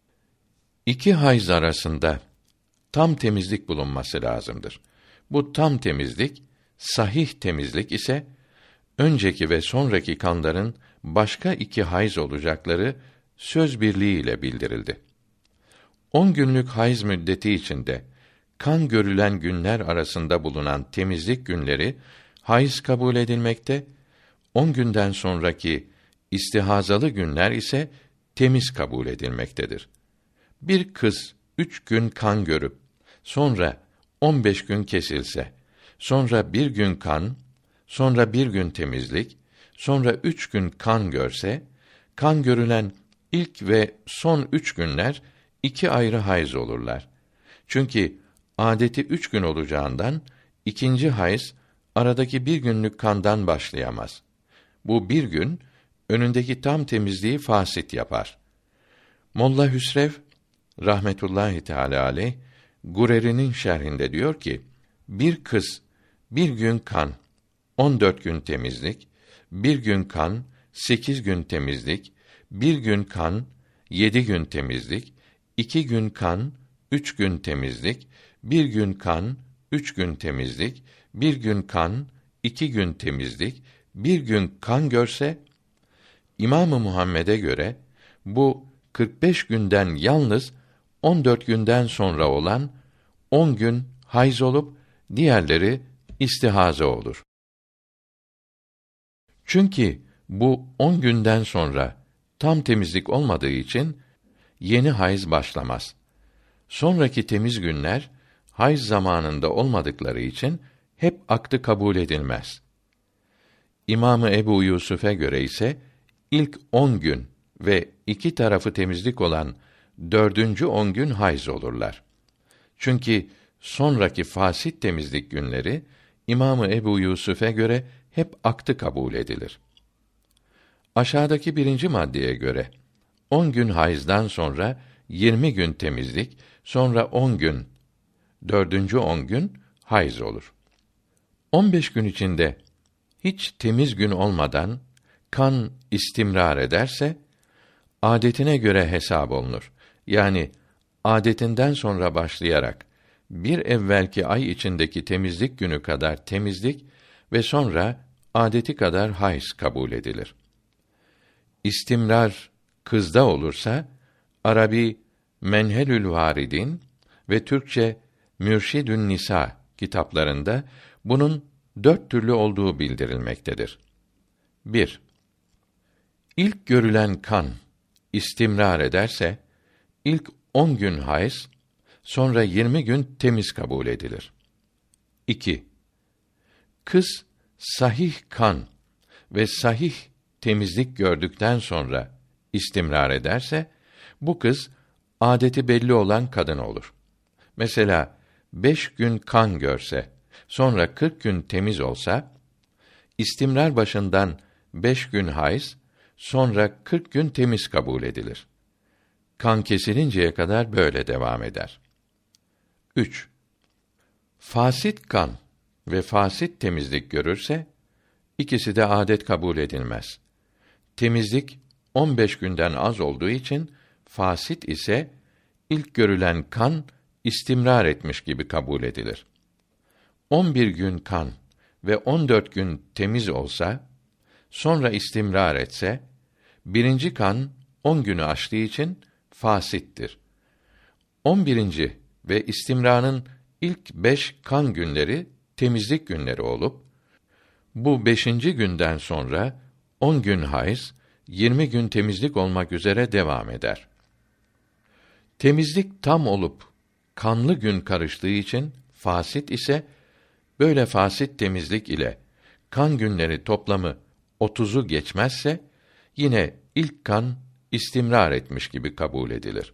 2 hayız arasında tam temizlik bulunması lazımdır. Bu tam temizlik, sahih temizlik ise önceki ve sonraki kanların başka 2 hayız olacakları söz birliğiyle bildirildi. 10 günlük hayız müddeti içinde kan görülen günler arasında bulunan temizlik günleri hayız kabul edilmekte, 10 günden sonraki istihazalı günler ise temiz kabul edilmektedir. Bir kız 3 gün kan görüp sonra 15 gün kesilse, sonra 1 gün kan, sonra 1 gün temizlik, sonra 3 gün kan görse, kan görülen ilk ve son 3 günler 2 ayrı hayız olurlar. Çünkü adeti 3 gün olacağından ikinci hayız aradaki 1 günlük kandan başlayamaz. Bu 1 gün önündeki tam temizliği fasit yapar. Molla Hüsrev rahmetullahi teâlâ aleyh Gureri'nin şerhinde diyor ki, bir kız 1 gün kan, 14 gün temizlik, 1 gün kan, 8 gün temizlik, 1 gün kan, 7 gün temizlik, 2 gün kan, 3 gün temizlik, 1 gün kan, 3 gün temizlik, 1 gün kan, 2 gün temizlik, 1 gün kan görse, İmam-ı Muhammed'e göre bu 45 günden yalnız 14 günden sonra olan 10 gün hayız olup diğerleri istihaze olur. Çünkü Bu 10 günden sonra tam temizlik olmadığı için yeni hayız başlamaz. Sonraki temiz günler hayız zamanında olmadıkları için hep aktı kabul edilmez. İmamı Ebu Yusuf'e göre ise ilk 10 gün ve iki tarafı temizlik olan 4. 10 gün hayız olurlar. Çünkü sonraki fasit temizlik günleri İmamı Ebu Yusuf'e göre hep aktı kabul edilir. Aşağıdaki 1. maddeye göre 10 gün hayızdan sonra 20 gün temizlik, sonra 10 gün, 4. 10 gün hayız olur. 15 gün içinde hiç temiz gün olmadan kan istimrar ederse adetine göre hesap olunur. Yani adetinden sonra başlayarak bir evvelki ay içindeki temizlik günü kadar temizlik ve sonra adeti kadar hayız kabul edilir. İstimrar kızda olursa Arabi Menhelül Varidin ve Türkçe Mürşidün Nisa kitaplarında bunun 4 türlü olduğu bildirilmektedir. 1. İlk görülen kan istimrar ederse ilk 10 gün hayız, sonra 20 gün temiz kabul edilir. 2. Kız sahih kan ve sahih temizlik gördükten sonra istimrar ederse bu kız adeti belli olan kadın olur. Mesela 5 gün kan görse, sonra 40 gün temiz olsa, istimrar başından 5 gün hayız, sonra 40 gün temiz kabul edilir. Kan kesilinceye kadar böyle devam eder. 3. Fasit kan ve fasit temizlik görürse, ikisi de adet kabul edilmez. Temizlik 15 günden az olduğu için, fasit ise ilk görülen kan istimrar etmiş gibi kabul edilir. 11 gün kan ve 14 gün temiz olsa, sonra istimrar etse, birinci kan 10 günü aştığı için fasittir. 11. ve istimrarın ilk 5 kan günleri temizlik günleri olup, bu 5. günden sonra 10 gün hayız, 20 gün temizlik olmak üzere devam eder. Temizlik tam olup kanlı gün karıştığı için fasit ise, böyle fasit temizlik ile kan günleri toplamı 30'u geçmezse, yine ilk kan istimrar etmiş gibi kabul edilir.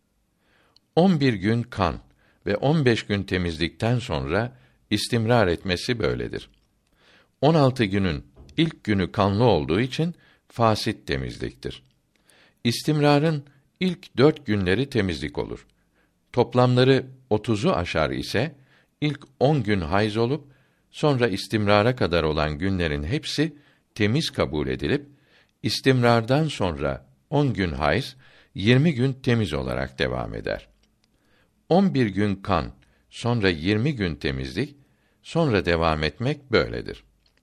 11 gün kan ve 15 gün temizlikten sonra istimrar etmesi böyledir. 16 günün ilk günü kanlı olduğu için fasit temizliktir. İstimrarın ilk 4 günleri temizlik olur. Toplamları 30'u aşar ise ilk 10 gün hayız olup sonra istimrara kadar olan günlerin hepsi temiz kabul edilip istimrardan sonra 10 gün hayız, 20 gün temiz olarak devam eder. 11 gün kan, sonra 20 gün temizlik, sonra devam etmek böyledir.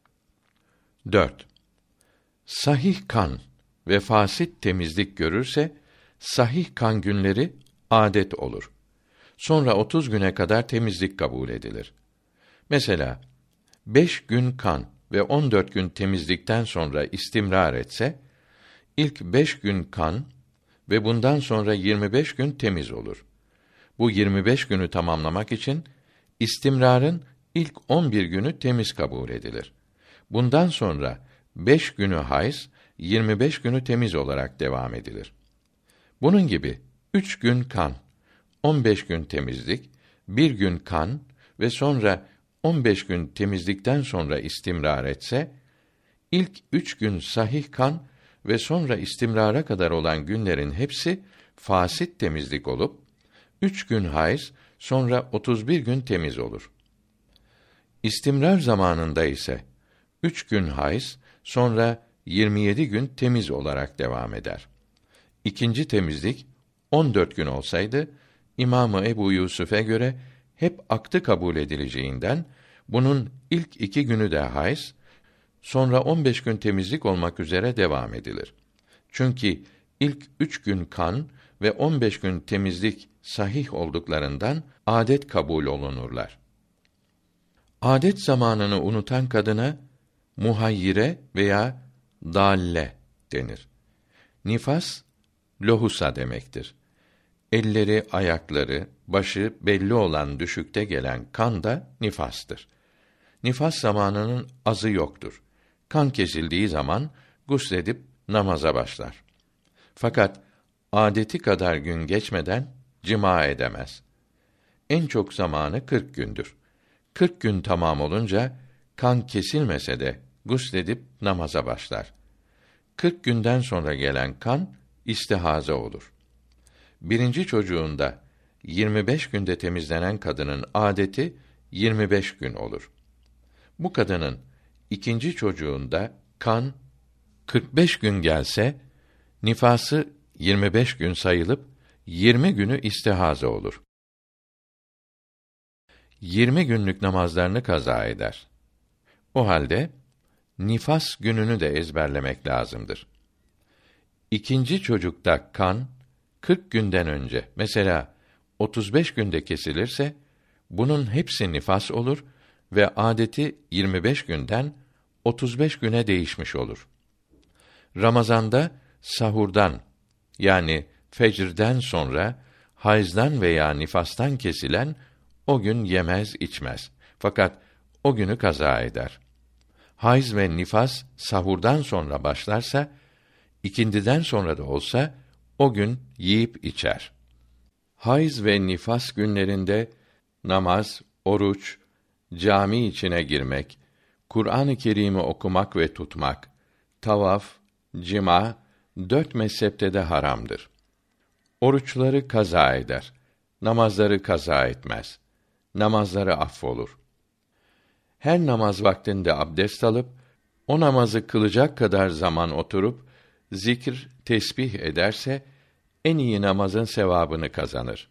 4. Sahih kan ve fasit temizlik görürse, sahih kan günleri adet olur. Sonra 30 güne kadar temizlik kabul edilir. Mesela 5 gün kan ve 14 gün temizlikten sonra istimrar etse, ilk 5 gün kan ve bundan sonra 25 gün temiz olur. Bu 25 günü tamamlamak için istimrarın ilk 11 günü temiz kabul edilir. Bundan sonra 5 günü hayız, 25 günü temiz olarak devam edilir. Bunun gibi 3 gün kan, 15 gün temizlik, 1 gün kan ve sonra 15 gün temizlikten sonra istimrar etse, ilk 3 gün sahih kan ve sonra istimrara kadar olan günlerin hepsi fasit temizlik olup, 3 gün hayız, sonra 31 gün temiz olur. İstimrar zamanında ise 3 gün hayız, sonra 27 gün temiz olarak devam eder. İkinci temizlik 14 gün olsaydı, İmamı Ebu Yusuf'e göre hep aktı kabul edileceğinden, bunun ilk 2 günü de hayız, sonra 15 gün temizlik olmak üzere devam edilir. Çünkü ilk 3 gün kan ve 15 gün temizlik sahih olduklarından adet kabul olunurlar. Adet zamanını unutan kadına muhayyire veya dalle denir. Nifas, lohusa demektir. Elleri, ayakları, başı belli olan düşükte gelen kan da nifastır. Nifas zamanının azı yoktur. Kan kesildiği zaman gusledip namaza başlar. Fakat adeti kadar gün geçmeden cima edemez. En çok zamanı 40 gündür. 40 gün tamam olunca kan kesilmese de gusledip namaza başlar. 40 günden sonra gelen kan istihaze olur. Birinci çocuğunda 25 günde temizlenen kadının adeti 25 gün olur. Bu kadının ikinci çocuğunda kan 45 gün gelse, nifası 25 gün sayılıp 20 günü istihaze olur. 20 günlük namazlarını kaza eder. O halde nifas gününü de ezberlemek lazımdır. İkinci çocukta kan 40 günden önce, mesela 35 günde kesilirse, bunun hepsi nifas olur ve adeti 25 günden 35 güne değişmiş olur. Ramazanda sahurdan, yani fecrden sonra hayızdan veya nifastan kesilen o gün yemez içmez. Fakat o günü kaza eder. Hayız ve nifas sahurdan sonra başlarsa, ikindiden sonra da olsa o gün yiyip içer. Hayız ve nifas günlerinde namaz, oruç, cami içine girmek, Kur'an-ı Kerim'i okumak ve tutmak, tavaf, cima, 4 mezhepte de haramdır. Oruçları kaza eder, namazları kaza etmez. Namazları affolur. Her namaz vaktinde abdest alıp, o namazı kılacak kadar zaman oturup, zikr, tesbih ederse, en iyi namazın sevabını kazanır.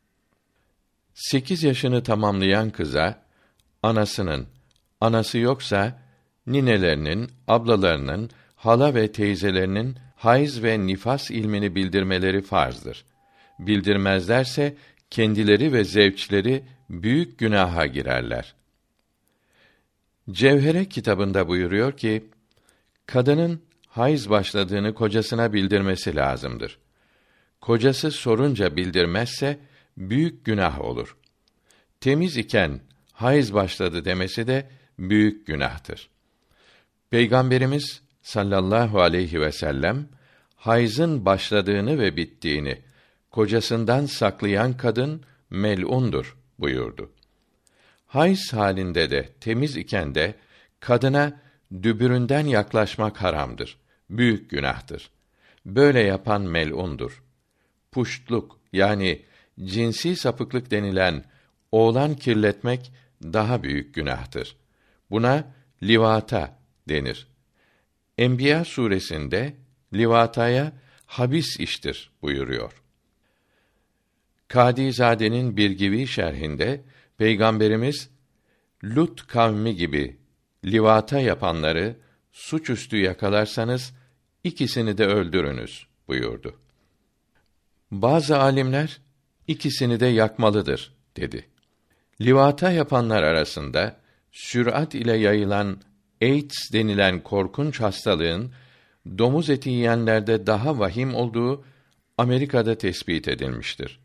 8 yaşını tamamlayan kıza, anasının, anası yoksa, ninelerinin, ablalarının, hala ve teyzelerinin hayız ve nifas ilmini bildirmeleri farzdır. Bildirmezlerse, kendileri ve zevçleri büyük günaha girerler. Cevhere kitabında buyuruyor ki, kadının hayız başladığını kocasına bildirmesi lazımdır. Kocası sorunca bildirmezse, büyük günah olur. Temiz iken, hayız başladı demesi de büyük günahtır. Peygamberimiz sallallahu aleyhi ve sellem, hayzın başladığını ve bittiğini kocasından saklayan kadın mel'undur buyurdu. Hayız halinde de temiz iken de kadına dübüründen yaklaşmak haramdır. Büyük günahtır. Böyle yapan mel'undur. Puştluk, yani cinsi sapıklık denilen oğlan kirletmek daha büyük günahtır. Buna livata denir. Enbiya suresinde livataya habis iştir buyuruyor. Kadizade'nin Birgivi şerhinde Peygamberimiz Lut kavmi gibi livata yapanları suçüstü yakalarsanız ikisini de öldürünüz buyurdu. Bazı alimler ikisini de yakmalıdır dedi. Livata yapanlar arasında sürat ile yayılan AIDS denilen korkunç hastalığın domuz eti yiyenlerde daha vahim olduğu Amerika'da tespit edilmiştir.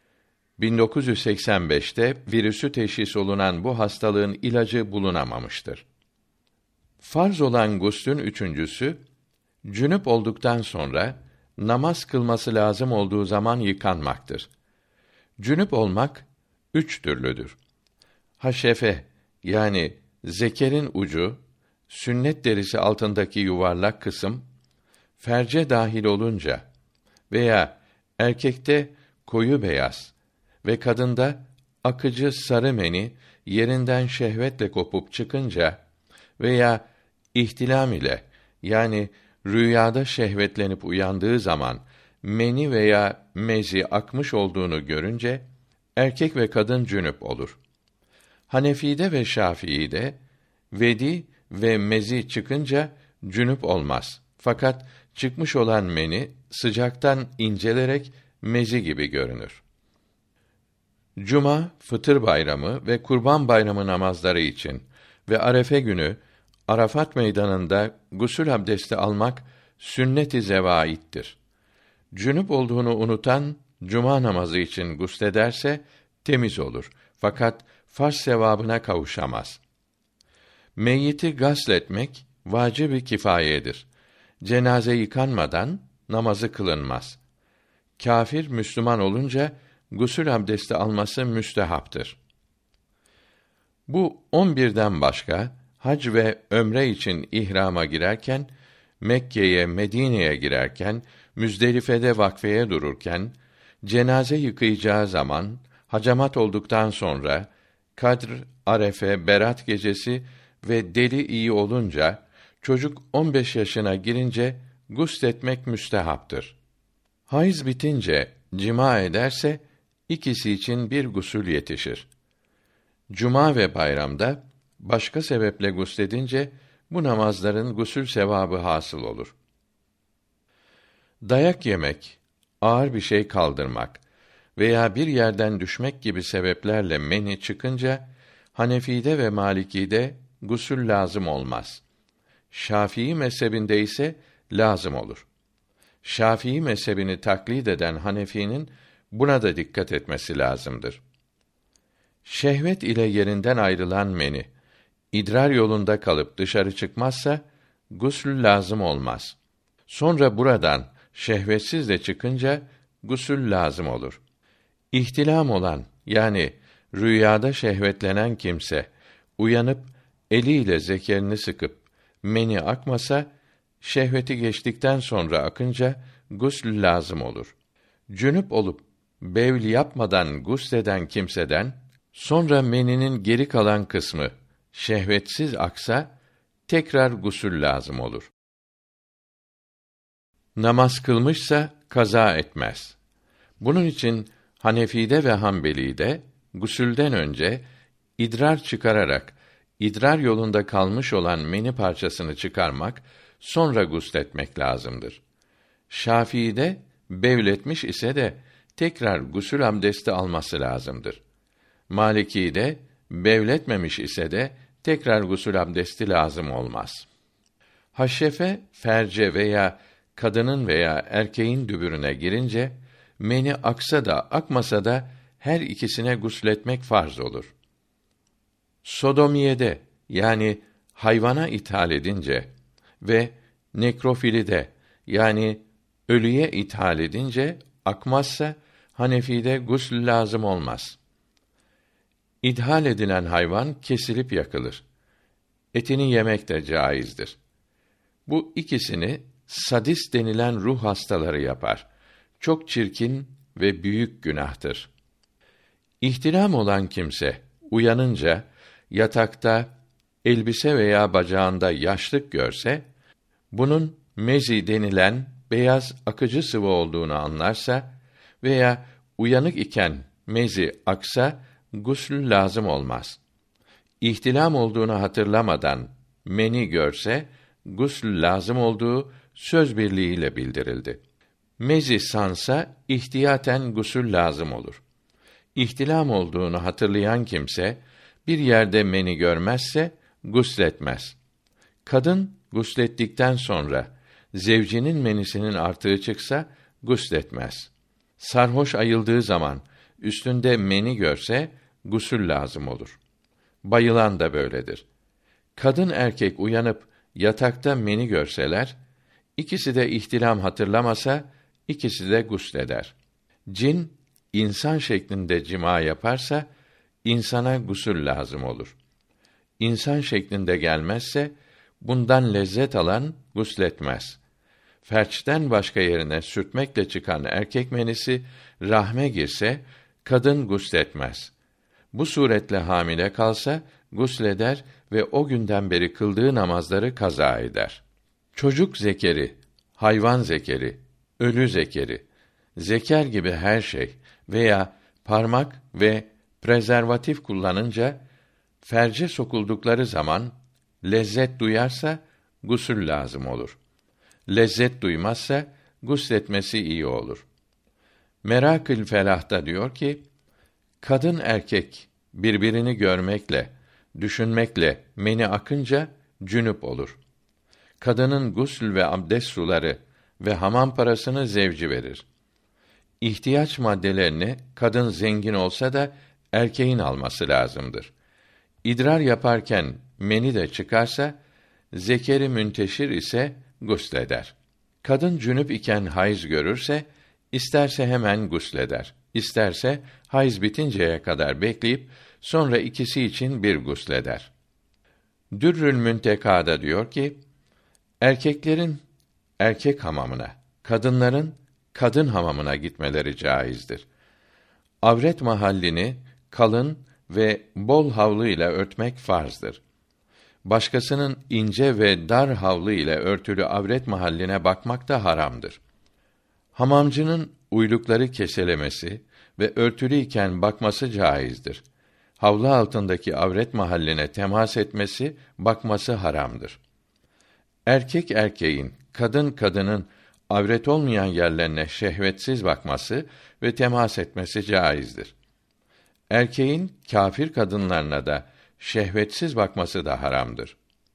1985'te virüsü teşhis olunan bu hastalığın ilacı bulunamamıştır. Farz olan guslün üçüncüsü, cünüp olduktan sonra namaz kılması lazım olduğu zaman yıkanmaktır. Cünüp olmak 3 türlüdür. Haşefe, yani zekerin ucu, sünnet derisi altındaki yuvarlak kısım, ferce dahil olunca veya erkekte koyu beyaz ve kadında akıcı sarı meni yerinden şehvetle kopup çıkınca veya ihtilam ile, yani rüyada şehvetlenip uyandığı zaman meni veya mezi akmış olduğunu görünce erkek ve kadın cünüp olur. Hanefi'de ve Şafii'de vedi ve mezi çıkınca cünüp olmaz. Fakat çıkmış olan meni sıcaktan incelerek mezi gibi görünür. Cuma, Fıtır Bayramı ve Kurban Bayramı namazları için ve Arefe günü Arafat meydanında gusül abdesti almak sünnet-i zevaittir. Cünüp olduğunu unutan cuma namazı için guslederse temiz olur. Fakat farz sevabına kavuşamaz. Meyyiti gasletmek vacib-i kifayedir. Cenaze yıkanmadan namazı kılınmaz. Kâfir Müslüman olunca gusül abdesti alması müstehaptır. Bu 11'den başka hac ve ömre için ihrama girerken, Mekke'ye, Medine'ye girerken, Müzdelife'de vakfeye dururken, cenaze yıkayacağı zaman, hacamat olduktan sonra, Kadr, Arefe, Berat gecesi ve deli iyi olunca, çocuk 15 yaşına girince gusletmek müstehaptır. Hayız bitince cima ederse ikisi için bir gusül yetişir. Cuma ve bayramda başka sebeple gusledince bu namazların gusül sevabı hasıl olur. Dayak yemek, ağır bir şey kaldırmak veya bir yerden düşmek gibi sebeplerle meni çıkınca Hanefi'de ve Maliki'de gusül lazım olmaz. Şafii mezhebinde ise lazım olur. Şafii mezhebini taklit eden Hanefi'nin buna da dikkat etmesi lazımdır. Şehvet ile yerinden ayrılan meni idrar yolunda kalıp dışarı çıkmazsa gusül lazım olmaz. Sonra buradan şehvetsiz de çıkınca gusül lazım olur. İhtilam olan yani rüyada şehvetlenen kimse uyanıp eliyle zekerini sıkıp meni akmasa şehveti geçtikten sonra akınca gusül lazım olur. Cünüp olup bevl yapmadan gusleden kimseden sonra meninin geri kalan kısmı şehvetsiz aksa tekrar gusül lazım olur. Namaz kılmışsa kaza etmez. Bunun için Hanefi'de ve Hanbeli'de gusülden önce idrar çıkararak idrar yolunda kalmış olan meni parçasını çıkarmak, sonra gusletmek lazımdır. Şafii'de bevletmiş ise de tekrar gusül abdesti alması lazımdır. Maliki'de bevletmemiş ise de tekrar gusül abdesti lazım olmaz. Haşefe, ferce veya kadının veya erkeğin dübürüne girince meni aksa da akmasa da her ikisine gusletmek farz olur. Sodomiyede yani hayvana ithal edince ve nekrofilide yani ölüye ithal edince akmazsa Hanefi'de gusül lazım olmaz. İthal edilen hayvan kesilip yakılır. Etini yemek de caizdir. Bu ikisini sadist denilen ruh hastaları yapar. Çok çirkin ve büyük günahtır. İhtilam olan kimse uyanınca yatakta elbise veya bacağında yaşlık görse, bunun mezi denilen beyaz akıcı sıvı olduğunu anlarsa veya uyanık iken mezi aksa gusül lazım olmaz. İhtilam olduğunu hatırlamadan meni görse gusül lazım olduğu söz birliğiyle bildirildi. Mezi sansa ihtiyaten gusül lazım olur. İhtilam olduğunu hatırlayan kimse bir yerde meni görmezse gusletmez. Kadın guslettikten sonra zevcinin menisinin artığı çıksa gusletmez. Sarhoş ayıldığı zaman üstünde meni görse gusül lazım olur. Bayılan da böyledir. Kadın erkek uyanıp yatakta meni görseler, ikisi de ihtilam hatırlamasa, ikisi de gusleder. Cin, insan şeklinde cima yaparsa, insana gusül lazım olur. İnsan şeklinde gelmezse, bundan lezzet alan gusletmez. Ferçten başka yerine sürtmekle çıkan erkek menisi, rahme girse, kadın gusletmez. Bu suretle hamile kalsa, gusleder ve o günden beri kıldığı namazları kaza eder. Çocuk zekeri, hayvan zekeri, ölü zekeri, zeker gibi her şey veya parmak ve prezervatif kullanınca, ferce sokuldukları zaman, lezzet duyarsa, gusül lazım olur. Lezzet duymazsa, gusletmesi iyi olur. Merakül Felah'ta diyor ki, kadın erkek birbirini görmekle, düşünmekle meni akınca cünüp olur. Kadının gusül ve abdest suları ve hamam parasını zevci verir. İhtiyaç maddelerini kadın zengin olsa da erkeğin alması lazımdır. İdrar yaparken meni de çıkarsa, zekeri münteşir ise gusleder. Kadın cünüp iken hayız görürse, isterse hemen gusleder, isterse hayız bitinceye kadar bekleyip sonra ikisi için bir gusleder. Dürrül Müntekâ'da diyor ki, erkeklerin erkek hamamına, kadınların kadın hamamına gitmeleri caizdir. Avret mahallini kalın ve bol havlu ile örtmek farzdır. Başkasının ince ve dar havlu ile örtülü avret mahalline bakmak da haramdır. Hamamcının uylukları keselemesi ve örtülü iken bakması caizdir. Havlu altındaki avret mahalline temas etmesi, bakması haramdır. Erkek erkeğin, kadın kadının avret olmayan yerlerine şehvetsiz bakması ve temas etmesi caizdir. Erkeğin kâfir kadınlarına da şehvetsiz bakması da haramdır.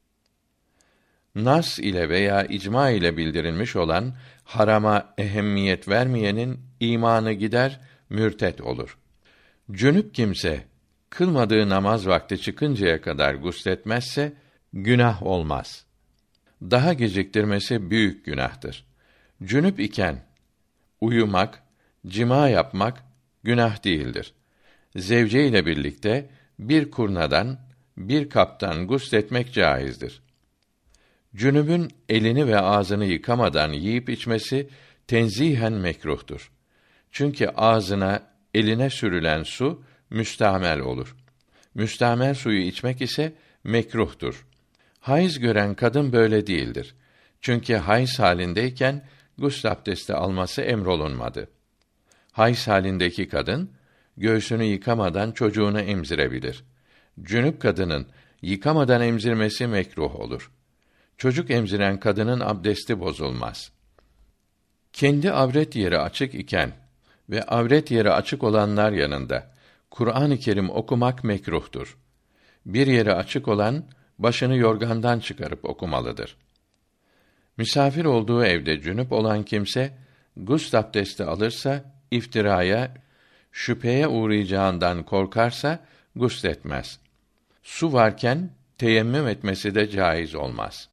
Nas ile veya icma ile bildirilmiş olan harama ehemmiyet vermeyenin imanı gider, mürtet olur. Cünüp kimse kılmadığı namaz vakti çıkıncaya kadar gusletmezse günah olmaz. Daha geciktirmesi büyük günahtır. Cünüp iken uyumak, cima yapmak günah değildir. Zevce ile birlikte bir kurnadan, bir kaptan gusletmek caizdir. Cünübün elini ve ağzını yıkamadan yiyip içmesi tenzihen mekruhtur. Çünkü ağzına, eline sürülen su müstamel olur. Müstamel suyu içmek ise mekruhtur. Hayız gören kadın böyle değildir. Çünkü hayız halindeyken gusl abdesti alması emrolunmadı. Hayız halindeki kadın göğsünü yıkamadan çocuğunu emzirebilir. Cünüp kadının yıkamadan emzirmesi mekruh olur. Çocuk emziren kadının abdesti bozulmaz. Kendi avret yeri açık iken ve avret yeri açık olanlar yanında Kur'an-ı Kerim okumak mekruhtur. Bir yeri açık olan başını yorgandan çıkarıp okumalıdır. Misafir olduğu evde cünüp olan kimse gusl abdesti alırsa iftiraya, şüpheye uğrayacağından korkarsa gusletmez. Su varken teyemmüm etmesi de caiz olmaz.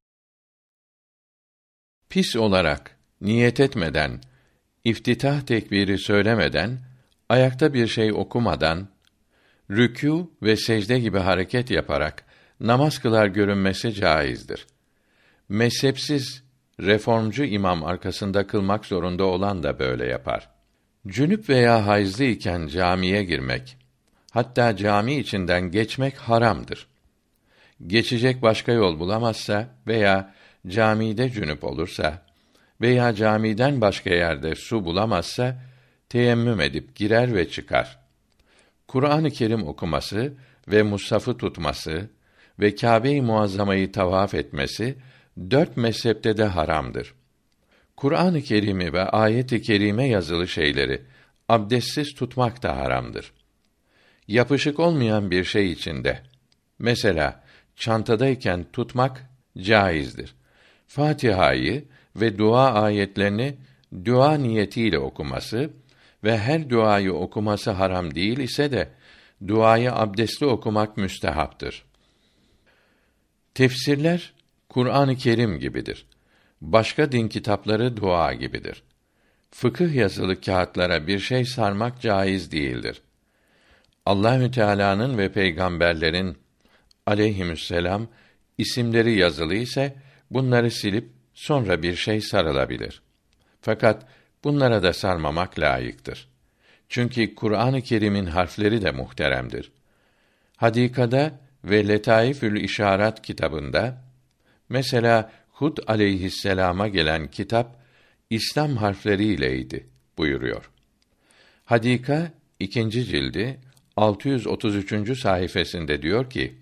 Pis olarak niyet etmeden, iftitah tekbiri söylemeden, ayakta bir şey okumadan, rükû ve secde gibi hareket yaparak namaz kılar görünmesi caizdir. Mezhepsiz, reformcu imam arkasında kılmak zorunda olan da böyle yapar. Cünüp veya hayızlı iken camiye girmek, hatta cami içinden geçmek haramdır. Geçecek başka yol bulamazsa veya camide cünüp olursa veya camiden başka yerde su bulamazsa teyemmüm edip girer ve çıkar. Kur'an-ı Kerim okuması ve mushafı tutması ve Kâbe-i Muazzama'yı tavaf etmesi 4 mezhepte de haramdır. Kur'an-ı Kerim'i ve ayet-i kerime yazılı şeyleri abdestsiz tutmak da haramdır. Yapışık olmayan bir şey içinde, mesela çantadayken tutmak caizdir. Fatiha'yı ve dua ayetlerini dua niyetiyle okuması ve her duayı okuması haram değil ise de duayı abdestli okumak müstehaptır. Tefsirler Kur'an-ı Kerim gibidir. Başka din kitapları dua gibidir. Fıkıh yazılı kağıtlara bir şey sarmak caiz değildir. Allahü Teala'nın ve peygamberlerin aleyhisselam isimleri yazılı ise bunları silip sonra bir şey sarılabilir. Fakat bunlara da sarmamak layıktır. Çünkü Kur'an-ı Kerim'in harfleri de muhteremdir. Hadikada ve Letaifül İşarat kitabında mesela Hud aleyhisselama gelen kitap İslam harfleriyleydi buyuruyor. Hadika 2. cildi 633. sayfasında diyor ki: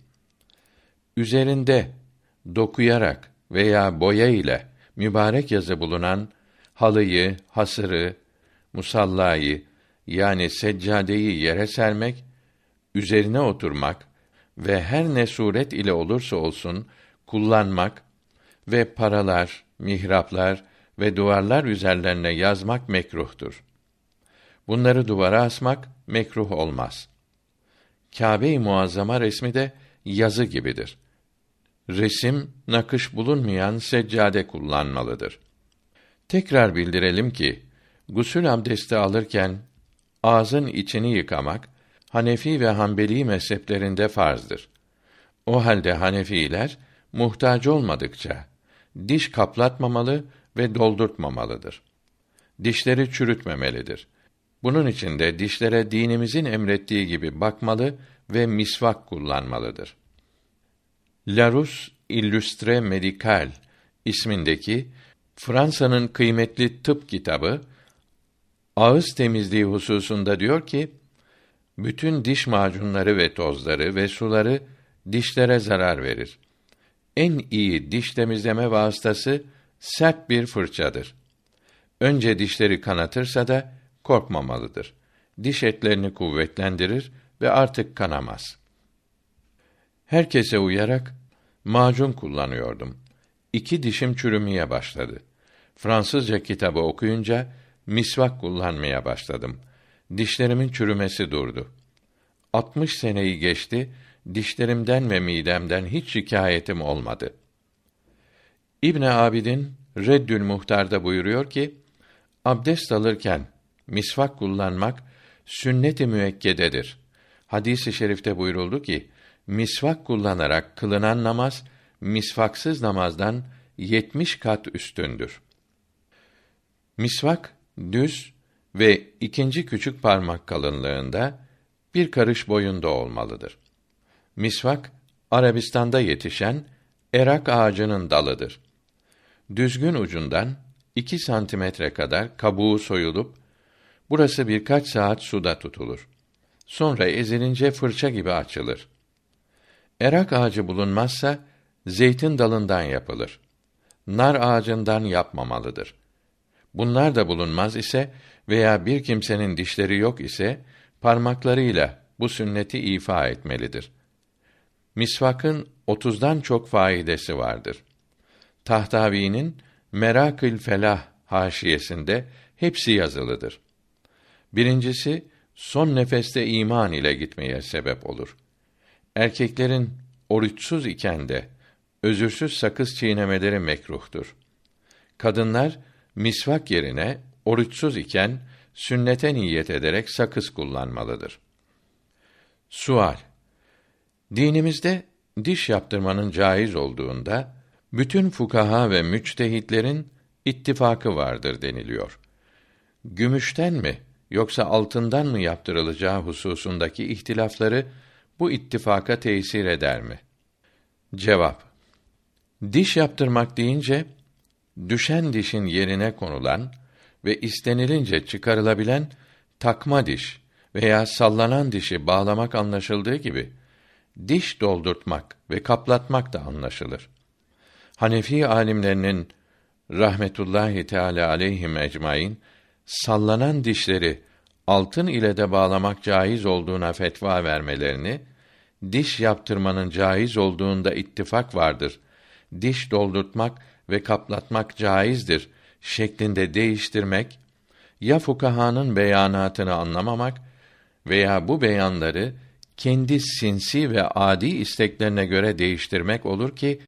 üzerinde dokuyarak veya boya ile mübarek yazı bulunan halıyı, hasırı, musallayı yani seccadeyi yere sermek, üzerine oturmak ve her ne suret ile olursa olsun kullanmak ve paralar, mihraplar ve duvarlar üzerlerine yazmak mekruhtur. Bunları duvara asmak mekruh olmaz. Kâbe-i Muazzama resmi de yazı gibidir. Resim, nakış bulunmayan seccade kullanmalıdır. Tekrar bildirelim ki, gusül abdesti alırken ağzın içini yıkamak, Hanefi ve Hanbeli mezheplerinde farzdır. O halde Hanefiler, muhtaç olmadıkça, diş kaplatmamalı ve doldurtmamalıdır. Dişleri çürütmemelidir. Bunun için de dişlere dinimizin emrettiği gibi bakmalı ve misvak kullanmalıdır. Larousse Illustre Médical ismindeki Fransa'nın kıymetli tıp kitabı, ağız temizliği hususunda diyor ki, bütün diş macunları ve tozları ve suları dişlere zarar verir. En iyi diş temizleme vasıtası sert bir fırçadır. Önce dişleri kanatırsa da korkmamalıdır. Diş etlerini kuvvetlendirir ve artık kanamaz. Herkese uyarak macun kullanıyordum. 2 dişim çürümeye başladı. Fransızca kitabı okuyunca misvak kullanmaya başladım. Dişlerimin çürümesi durdu. 60 seneyi geçti, dişlerimden ve midemden hiç şikayetim olmadı. İbn Abidin Reddül Muhtar'da buyuruyor ki, abdest alırken misvak kullanmak sünnet-i müekkededir. Hadis-i şerifte buyuruldu ki, misvak kullanarak kılınan namaz, misvaksız namazdan 70 kat üstündür. Misvak, düz ve 2. küçük parmak kalınlığında, 1 karış boyunda olmalıdır. Misvak, Arabistan'da yetişen erak ağacının dalıdır. Düzgün ucundan 2 santimetre kadar kabuğu soyulup, burası birkaç saat suda tutulur. Sonra ezilince fırça gibi açılır. Erak ağacı bulunmazsa, zeytin dalından yapılır. Nar ağacından yapmamalıdır. Bunlar da bulunmaz ise veya bir kimsenin dişleri yok ise, parmaklarıyla bu sünneti ifa etmelidir. Misvakın 30'dan çok faidesi vardır. Tahtavi'nin Merakül Felah haşiyesinde hepsi yazılıdır. Birincisi, son nefeste iman ile gitmeye sebep olur. Erkeklerin oruçsuz iken de özürsüz sakız çiğnemeleri mekruhtur. Kadınlar misvak yerine oruçsuz iken sünnete niyet ederek sakız kullanmalıdır. Sual: Dinimizde diş yaptırmanın caiz olduğunda bütün fukaha ve müçtehitlerin ittifakı vardır deniliyor. Gümüşten mi yoksa altından mı yaptırılacağı hususundaki ihtilafları bu ittifaka tesir eder mi? Cevap: Diş yaptırmak deyince düşen dişin yerine konulan ve istenilince çıkarılabilen takma diş veya sallanan dişi bağlamak anlaşıldığı gibi diş doldurtmak ve kaplatmak da anlaşılır. Hanefi alimlerinin rahmetullahi teala aleyhim ecmaîn sallanan dişleri altın ile de bağlamak caiz olduğuna fetva vermelerini, diş yaptırmanın caiz olduğunda ittifak vardır, diş doldurtmak ve kaplatmak caizdir şeklinde değiştirmek, ya fukahanın beyanatını anlamamak veya bu beyanları kendi sinsi ve adi isteklerine göre değiştirmek olur ki,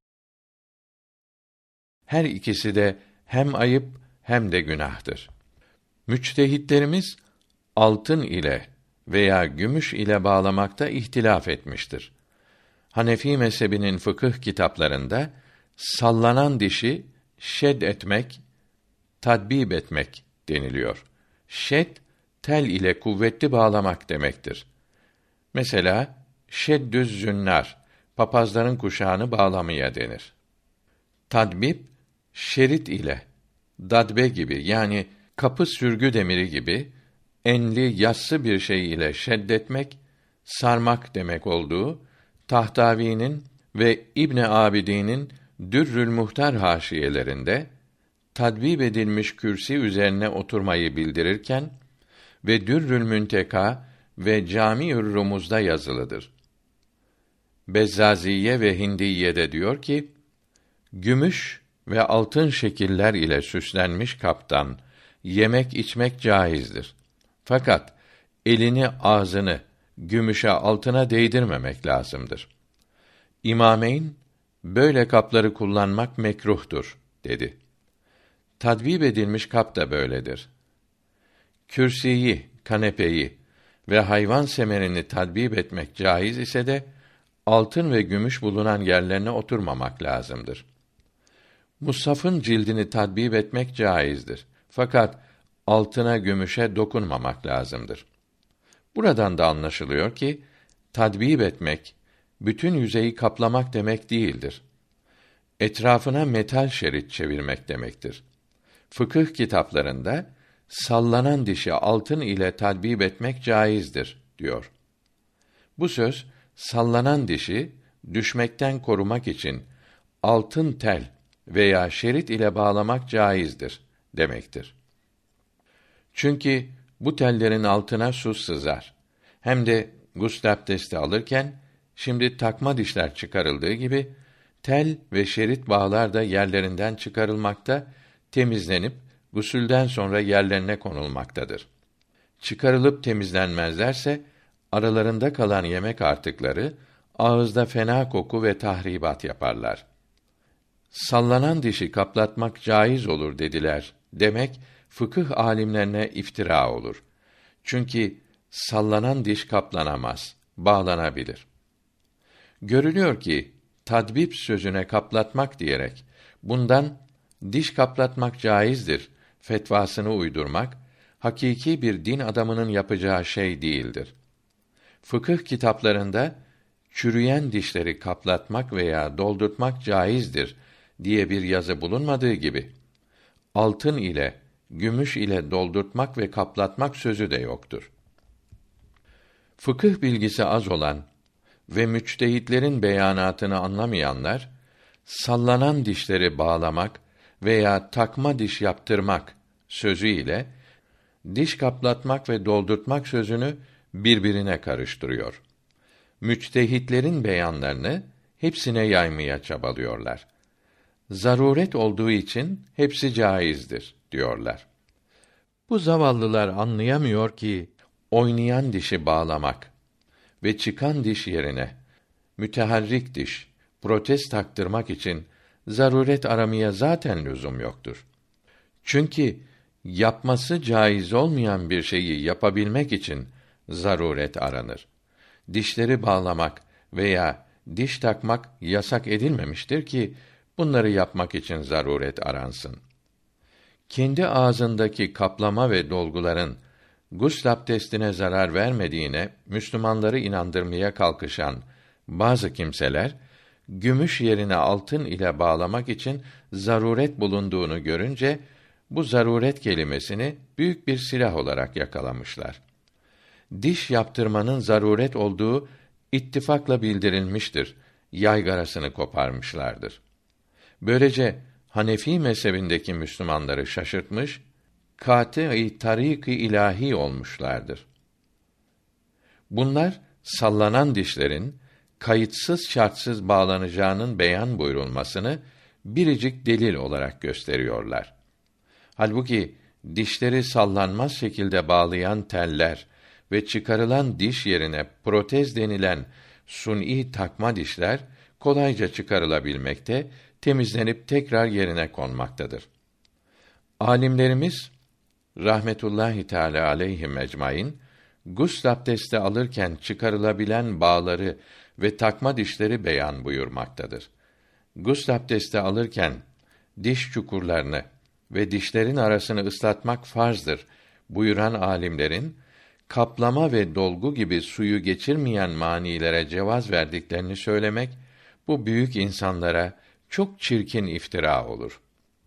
her ikisi de hem ayıp hem de günahtır. Müçtehitlerimiz altın ile veya gümüş ile bağlamakta ihtilaf etmiştir. Hanefi mezhebinin fıkıh kitaplarında sallanan dişi şed etmek, tadbib etmek deniliyor. Şed, tel ile kuvvetli bağlamak demektir. Mesela şeddüz zünnar, papazların kuşağını bağlamaya denir. Tadbib, şerit ile, dadbe gibi yani kapı sürgü demiri gibi enli yassı bir şey ile şeddetmek, sarmak demek olduğu Tahtavi'nin ve İbn Abidin'in Dürrül Muhtar haşiyelerinde tadbib edilmiş kürsi üzerine oturmayı bildirirken ve Dürrül Münteka ve Câmi'ür Rumuz'da yazılıdır. Bezzaziye ve Hindiye'de diyor ki, Gümüş ve altın şekiller ile süslenmiş kaptan yemek içmek caizdir. Fakat elini, ağzını gümüşe, altına değdirmemek lazımdır. İmameyn, böyle kapları kullanmak mekruhtur, dedi. Tadbib edilmiş kap da böyledir. Kürsiyi, kanepeyi ve hayvan semerini tadbib etmek caiz ise de, altın ve gümüş bulunan yerlerine oturmamak lazımdır. Mushafın cildini tadbib etmek caizdir. Fakat altına, gümüşe dokunmamak lazımdır. Buradan da anlaşılıyor ki, tadbib etmek, bütün yüzeyi kaplamak demek değildir. Etrafına metal şerit çevirmek demektir. Fıkıh kitaplarında, sallanan dişi altın ile tadbib etmek caizdir, diyor. Bu söz, sallanan dişi, düşmekten korumak için, altın tel veya şerit ile bağlamak caizdir, demektir. Çünkü bu tellerin altına su sızar. Hem de gusl abdesti alırken, şimdi takma dişler çıkarıldığı gibi, tel ve şerit bağlar da yerlerinden çıkarılmakta, temizlenip, gusülden sonra yerlerine konulmaktadır. Çıkarılıp temizlenmezlerse, aralarında kalan yemek artıkları, ağızda fena koku ve tahribat yaparlar. Sallanan dişi kaplatmak caiz olur dediler demek, fıkıh âlimlerine iftira olur. Çünkü sallanan diş kaplanamaz, bağlanabilir. Görülüyor ki, tadbib sözüne kaplatmak diyerek, bundan diş kaplatmak caizdir fetvasını uydurmak, hakiki bir din adamının yapacağı şey değildir. Fıkıh kitaplarında, çürüyen dişleri kaplatmak veya doldurtmak caizdir diye bir yazı bulunmadığı gibi, altın ile, gümüş ile doldurtmak ve kaplatmak sözü de yoktur. Fıkıh bilgisi az olan ve müçtehitlerin beyanatını anlamayanlar, sallanan dişleri bağlamak veya takma diş yaptırmak sözü ile, diş kaplatmak ve doldurtmak sözünü birbirine karıştırıyor. Müçtehitlerin beyanlarını hepsine yaymaya çabalıyorlar. Zaruret olduğu için hepsi caizdir, diyorlar. Bu zavallılar anlayamıyor ki, oynayan dişi bağlamak ve çıkan diş yerine, müteharrik diş, protez taktırmak için, zaruret aramaya zaten lüzum yoktur. Çünkü, yapması caiz olmayan bir şeyi yapabilmek için, zaruret aranır. Dişleri bağlamak veya diş takmak yasak edilmemiştir ki, bunları yapmak için zaruret aransın. Kendi ağzındaki kaplama ve dolguların, gusl abdestine zarar vermediğine Müslümanları inandırmaya kalkışan bazı kimseler, gümüş yerine altın ile bağlamak için zaruret bulunduğunu görünce, bu zaruret kelimesini büyük bir silah olarak yakalamışlar. Diş yaptırmanın zaruret olduğu ittifakla bildirilmiştir, yaygarasını koparmışlardır. Böylece Hanefi mezhebindeki Müslümanları şaşırtmış, kâti-i tarik-i ilahi olmuşlardır. Bunlar, sallanan dişlerin, kayıtsız şartsız bağlanacağının beyan buyurulmasını, biricik delil olarak gösteriyorlar. Halbuki, dişleri sallanmaz şekilde bağlayan teller ve çıkarılan diş yerine protez denilen suni takma dişler, kolayca çıkarılabilmekte, temizlenip tekrar yerine konmaktadır. Âlimlerimiz rahmetullahi teâlâ aleyhim ecmaîn, gusl abdesti alırken çıkarılabilen bağları ve takma dişleri beyan buyurmaktadır. Gusl abdesti alırken diş çukurlarını ve dişlerin arasını ıslatmak farzdır buyuran âlimlerin, kaplama ve dolgu gibi suyu geçirmeyen manilere cevaz verdiklerini söylemek, bu büyük insanlara çok çirkin iftira olur.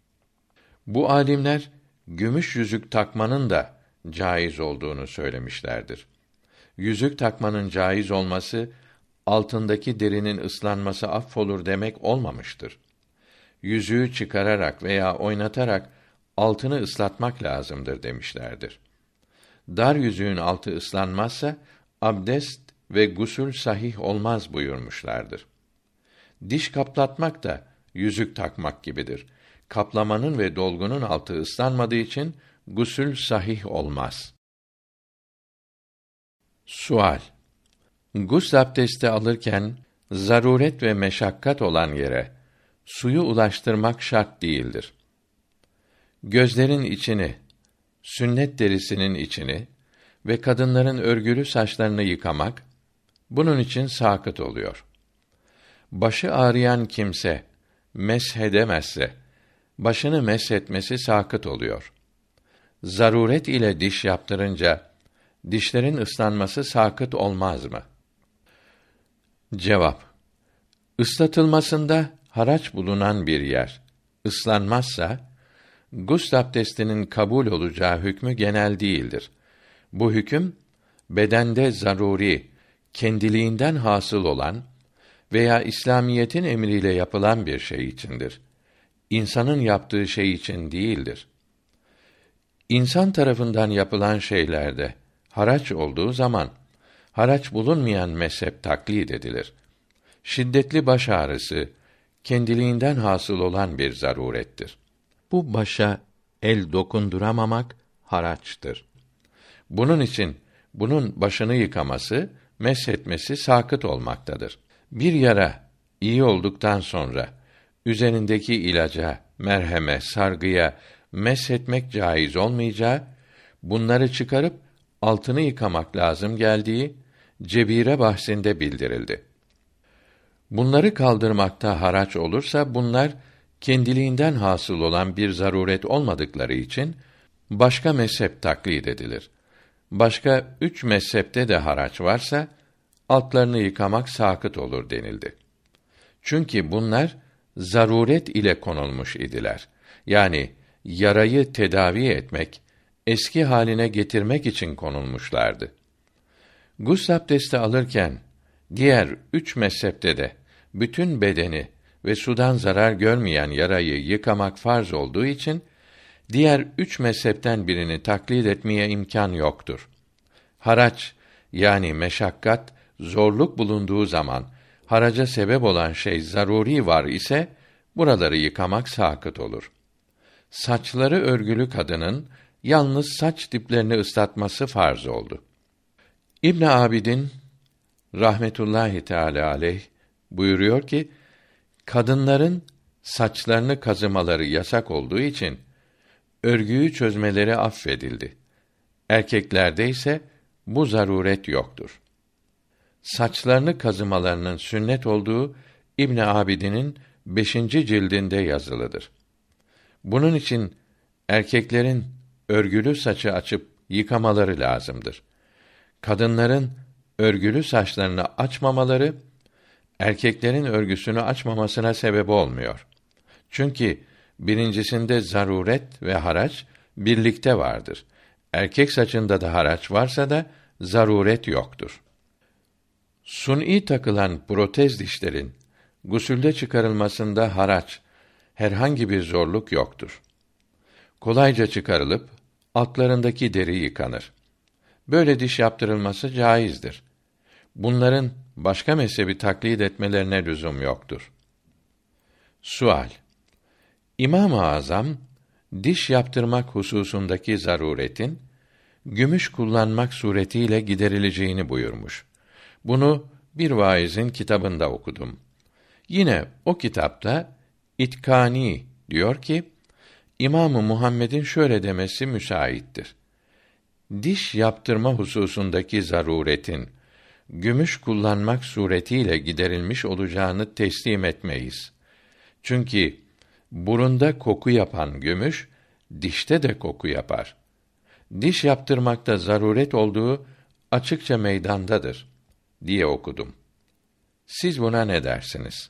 Bu âlimler, gümüş yüzük takmanın da caiz olduğunu söylemişlerdir. Yüzük takmanın caiz olması, altındaki derinin ıslanması affolur demek olmamıştır. Yüzüğü çıkararak veya oynatarak altını ıslatmak lazımdır demişlerdir. Dar yüzüğün altı ıslanmazsa, abdest ve gusül sahih olmaz buyurmuşlardır. Diş kaplatmak da yüzük takmak gibidir. Kaplamanın ve dolgunun altı ıslanmadığı için gusül sahih olmaz. Sual: Gusl abdesti alırken zaruret ve meşakkat olan yere suyu ulaştırmak şart değildir. Gözlerin içini, sünnet derisinin içini ve kadınların örgülü saçlarını yıkamak bunun için sakıt oluyor. Başı ağrıyan kimse meshedemezse başını meshetmesi sakıt oluyor. Zaruret ile diş yaptırınca dişlerin ıslanması sakıt olmaz mı? Cevap: Islatılmasında haraç bulunan bir yer ıslanmazsa gusl abdestinin kabul olacağı hükmü genel değildir. Bu hüküm bedende zaruri, kendiliğinden hasıl olan veya İslamiyetin emriyle yapılan bir şey içindir. İnsanın yaptığı şey için değildir. İnsan tarafından yapılan şeylerde haraç olduğu zaman haraç bulunmayan mezhep taklid edilir. Şiddetli baş ağrısı kendiliğinden hasıl olan bir zarurettir. Bu başa el dokunduramamak haraçtır. Bunun için bunun başını yıkaması, meshetmesi sakıt olmaktadır. Bir yara iyi olduktan sonra üzerindeki ilaca, merheme, sargıya meshetmek caiz olmayacağı, bunları çıkarıp altını yıkamak lazım geldiği cebire bahsinde bildirildi. Bunları kaldırmakta haraç olursa bunlar kendiliğinden hasıl olan bir zaruret olmadıkları için başka mezhep taklid edilir. Başka 3 mezhepte de haraç varsa altlarını yıkamak sakıt olur denildi. Çünkü bunlar zaruret ile konulmuş idiler. Yani yarayı tedavi etmek, eski haline getirmek için konulmuşlardı. Gusl abdesti alırken diğer 3 mezhepte de bütün bedeni ve sudan zarar görmeyen yarayı yıkamak farz olduğu için diğer 3 mezhepten birini taklid etmeye imkan yoktur. Haraç yani meşakkat, zorluk bulunduğu zaman haraca sebep olan şey zaruri var ise buraları yıkamak sakıt olur. Saçları örgülü kadının yalnız saç diplerini ıslatması farz oldu. İbn Abidin rahmetullahi teala aleyh buyuruyor ki kadınların saçlarını kazımaları yasak olduğu için örgüyü çözmeleri affedildi. Erkeklerde ise bu zaruret yoktur. Saçlarını kazımalarının sünnet olduğu İbn Abidin'in 5. cildinde yazılıdır. Bunun için erkeklerin örgülü saçı açıp yıkamaları lazımdır. Kadınların örgülü saçlarını açmamaları erkeklerin örgüsünü açmamasına sebep olmuyor. Çünkü birincisinde zaruret ve haraç birlikte vardır. Erkek saçında da haraç varsa da zaruret yoktur. Sun'i takılan protez dişlerin gusülde çıkarılmasında haraç, herhangi bir zorluk yoktur. Kolayca çıkarılıp altlarındaki deri yıkanır. Böyle diş yaptırılması caizdir. Bunların başka mezhebi taklid etmelerine lüzum yoktur. Sual: İmam-ı Azam diş yaptırmak hususundaki zaruretin gümüş kullanmak suretiyle giderileceğini buyurmuş. Bunu bir vaizin kitabında okudum. Yine o kitapta İtkani diyor ki İmam-ı Muhammed'in şöyle demesi müsaittir. Diş yaptırma hususundaki zaruretin gümüş kullanmak suretiyle giderilmiş olacağını teslim etmeyiz. Çünkü burunda koku yapan gümüş dişte de koku yapar. Diş yaptırmakta zaruret olduğu açıkça meydandadır diye okudum. Siz buna ne dersiniz?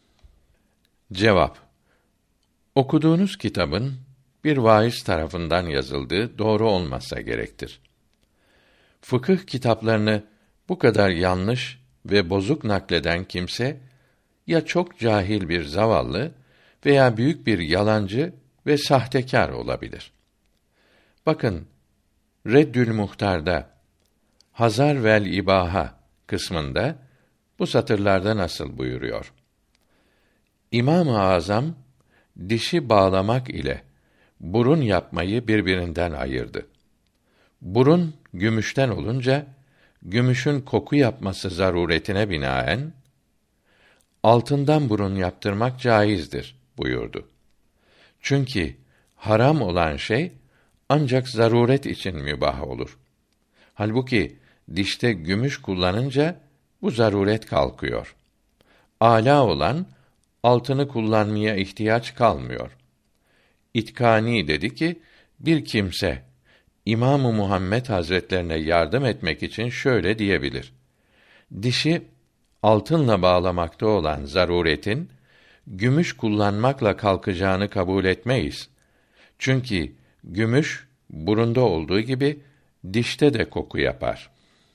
Cevap: Okuduğunuz kitabın bir vaiz tarafından yazıldığı doğru olmasa gerektir. Fıkıh kitaplarını bu kadar yanlış ve bozuk nakleden kimse ya çok cahil bir zavallı veya büyük bir yalancı ve sahtekâr olabilir. Bakın Reddül Muhtar'da Hazar vel İbaha kısmında bu satırlarda nasıl buyuruyor? İmam-ı Azam dişi bağlamak ile burun yapmayı birbirinden ayırdı. Burun gümüşten olunca gümüşün koku yapması zaruretine binaen altından burun yaptırmak caizdir buyurdu. Çünkü haram olan şey ancak zaruret için mübah olur. Halbuki dişte gümüş kullanınca bu zaruret kalkıyor. Âlâ olan altını kullanmaya ihtiyaç kalmıyor. İtkani dedi ki, bir kimse İmam-ı Muhammed Hazretlerine yardım etmek için şöyle diyebilir: dişi altınla bağlamakta olan zaruretin gümüş kullanmakla kalkacağını kabul etmeyiz. Çünkü gümüş burunda olduğu gibi dişte de koku yapar.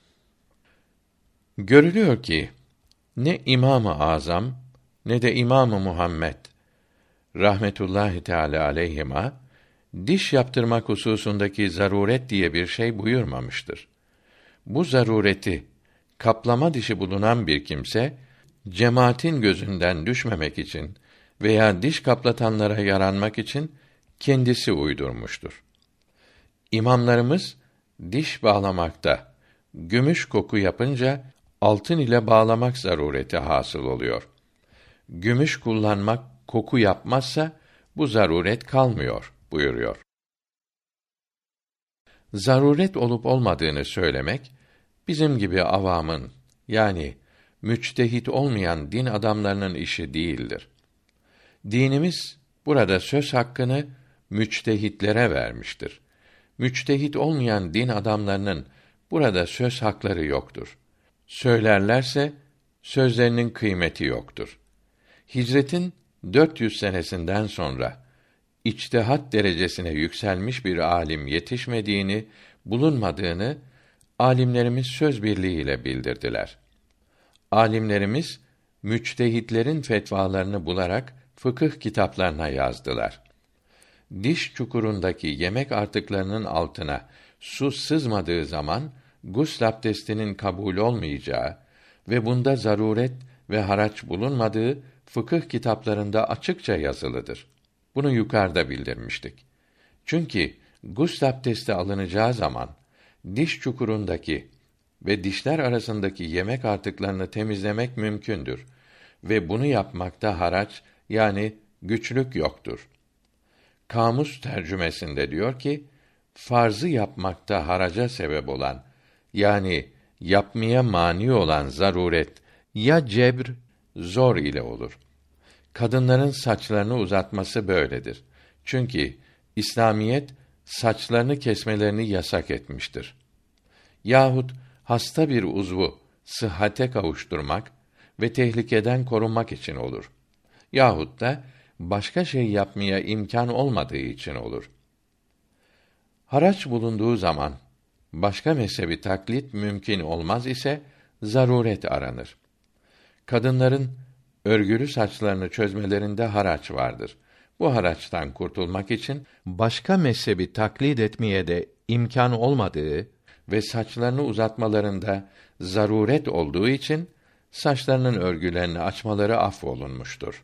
Görülüyor ki ne İmam-ı Azam ne de İmam-ı Muhammed rahmetullahi teâlâ aleyhima diş yaptırmak hususundaki zaruret diye bir şey buyurmamıştır. Bu zarureti kaplama dişi bulunan bir kimse cemaatin gözünden düşmemek için veya diş kaplatanlara yaranmak için kendisi uydurmuştur. İmamlarımız diş bağlamakta gümüş koku yapınca altın ile bağlamak zarureti hasıl oluyor. Gümüş kullanmak koku yapmazsa bu zaruret kalmıyor buyuruyor. Zaruret olup olmadığını söylemek bizim gibi avamın, yani müçtehit olmayan din adamlarının işi değildir. Dinimiz burada söz hakkını müçtehitlere vermiştir. Müçtehit olmayan din adamlarının burada söz hakları yoktur. Söylerlerse sözlerinin kıymeti yoktur. Hicretin 400 senesinden sonra içtihat derecesine yükselmiş bir alim yetişmediğini, bulunmadığını alimlerimiz söz birliğiyle bildirdiler. Alimlerimiz müçtehitlerin fetvalarını bularak fıkıh kitaplarına yazdılar. Diş çukurundaki yemek artıklarının altına su sızmadığı zaman gusl abdestinin kabul olmayacağı ve bunda zaruret ve haraç bulunmadığı fıkıh kitaplarında açıkça yazılıdır. Bunu yukarıda bildirmiştik. Çünkü gusl abdesti alınacağı zaman diş çukurundaki ve dişler arasındaki yemek artıklarını temizlemek mümkündür ve bunu yapmakta haraç, yani güçlük yoktur. Kamus tercümesinde diyor ki, farzı yapmakta haraca sebep olan, yani yapmaya mani olan zaruret ya cebr, zor ile olur. Kadınların saçlarını uzatması böyledir. Çünkü İslamiyet saçlarını kesmelerini yasak etmiştir. Yahut hasta bir uzvu sıhhate kavuşturmak ve tehlikeden korunmak için olur. Yahut da başka şey yapmaya imkan olmadığı için olur. Haraç bulunduğu zaman başka mezhebi taklit mümkün olmaz ise zaruret aranır. Kadınların örgülü saçlarını çözmelerinde haraç vardır. Bu haraçtan kurtulmak için başka mezhebi taklit etmeye de imkan olmadığı ve saçlarını uzatmalarında zaruret olduğu için saçlarının örgülerini açmaları affolunmuştur.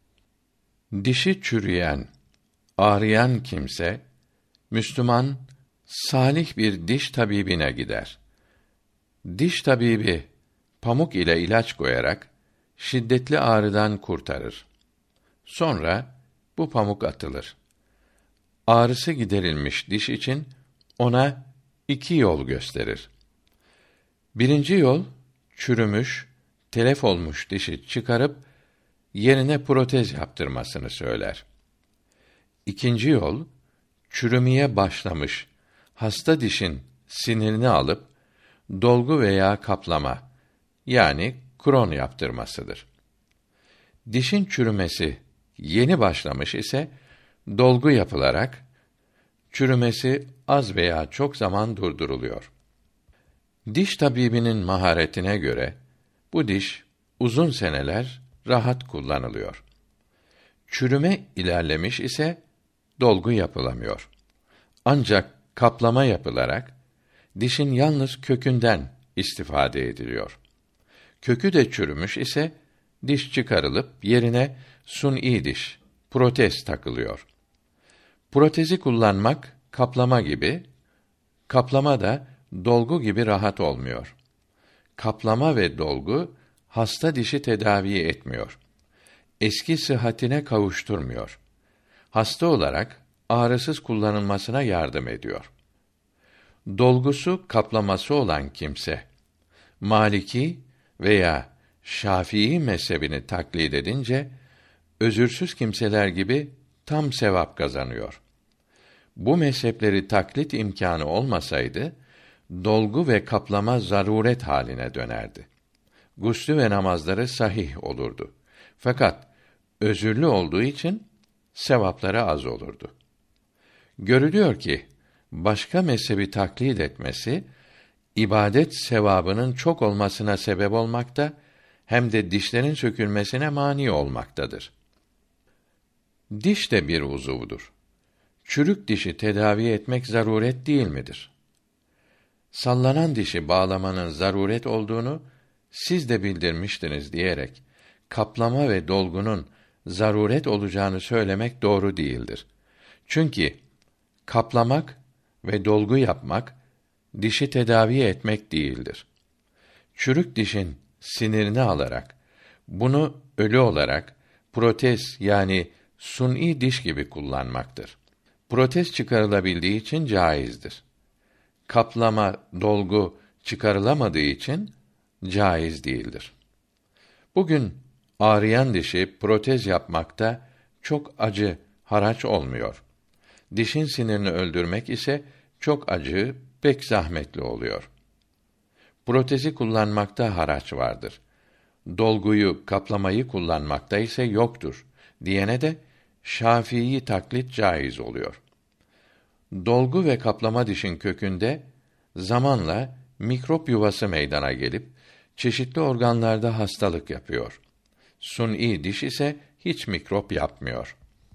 Dişi çürüyen, ağrıyan kimse, Müslüman, salih bir diş tabibine gider. Diş tabibi, pamuk ile ilaç koyarak, şiddetli ağrıdan kurtarır. Sonra, bu pamuk atılır. Ağrısı giderilmiş diş için, ona 2 yol gösterir. Birinci yol, çürümüş, telef olmuş dişi çıkarıp, yerine protez yaptırmasını söyler. İkinci yol, çürümeye başlamış hasta dişin sinirini alıp dolgu veya kaplama, yani kron yaptırmasıdır. Dişin çürümesi yeni başlamış ise dolgu yapılarak çürümesi az veya çok zaman durduruluyor. Diş tabibinin maharetine göre bu diş uzun seneler rahat kullanılıyor. Çürüme ilerlemiş ise dolgu yapılamıyor. Ancak kaplama yapılarak dişin yalnız kökünden istifade ediliyor. Kökü de çürümüş ise diş çıkarılıp yerine sun'i diş, protez takılıyor. Protezi kullanmak kaplama gibi, kaplama da dolgu gibi rahat olmuyor. Kaplama ve dolgu hasta dişi tedavi etmiyor. Eski sıhhatine kavuşturmuyor. Hasta olarak ağrısız kullanılmasına yardım ediyor. Dolgusu, kaplaması olan kimse, Maliki veya Şafii mezhebini taklit edince, özürsüz kimseler gibi tam sevap kazanıyor. Bu mezhepleri taklit imkânı olmasaydı, dolgu ve kaplama zaruret haline dönerdi. Guslü ve namazları sahih olurdu. Fakat özürlü olduğu için sevapları az olurdu. Görülüyor ki başka mezhebi taklit etmesi ibadet sevabının çok olmasına sebep olmakta, hem de dişlerin sökülmesine mani olmaktadır. Diş de bir uzuvdur. Çürük dişi tedavi etmek zaruret değil midir? Sallanan dişi bağlamanın zaruret olduğunu siz de bildirmiştiniz diyerek kaplama ve dolgunun zaruret olacağını söylemek doğru değildir. Çünkü kaplamak ve dolgu yapmak dişi tedavi etmek değildir. Çürük dişin sinirini alarak, bunu ölü olarak protez yani sun'i diş gibi kullanmaktır. Protez çıkarılabildiği için caizdir. Kaplama, dolgu çıkarılamadığı için caiz değildir. Bugün ağrıyan dişi protez yapmakta çok acı, haraç olmuyor. Dişin sinirini öldürmek ise çok acı, pek zahmetli oluyor. Protezi kullanmakta haraç vardır. Dolguyu, kaplamayı kullanmakta ise yoktur diyene de Şafii taklit caiz oluyor. Dolgu ve kaplama dişin kökünde zamanla mikrop yuvası meydana gelip çeşitli organlarda hastalık yapıyor. Sun'i diş ise hiç mikrop yapmıyor.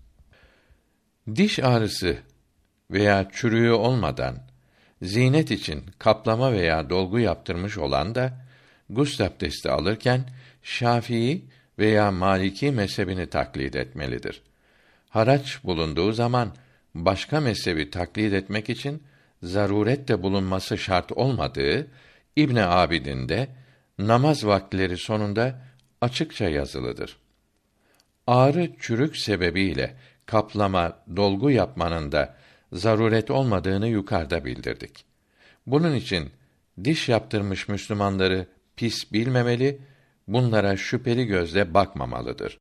Diş ağrısı veya çürüğü olmadan zinet için kaplama veya dolgu yaptırmış olan da gusl abdesti alırken Şafii veya Maliki mezhebini taklit etmelidir. Haraç bulunduğu zaman başka mezhebi taklit etmek için zaruret de bulunması şart olmadığı İbn Abidin'de namaz vakitleri sonunda açıkça yazılıdır. Ağrı çürük sebebiyle kaplama, dolgu yapmanın da zaruret olmadığını yukarıda bildirdik. Bunun için diş yaptırmış Müslümanları pis bilmemeli, bunlara şüpheli gözle bakmamalıdır.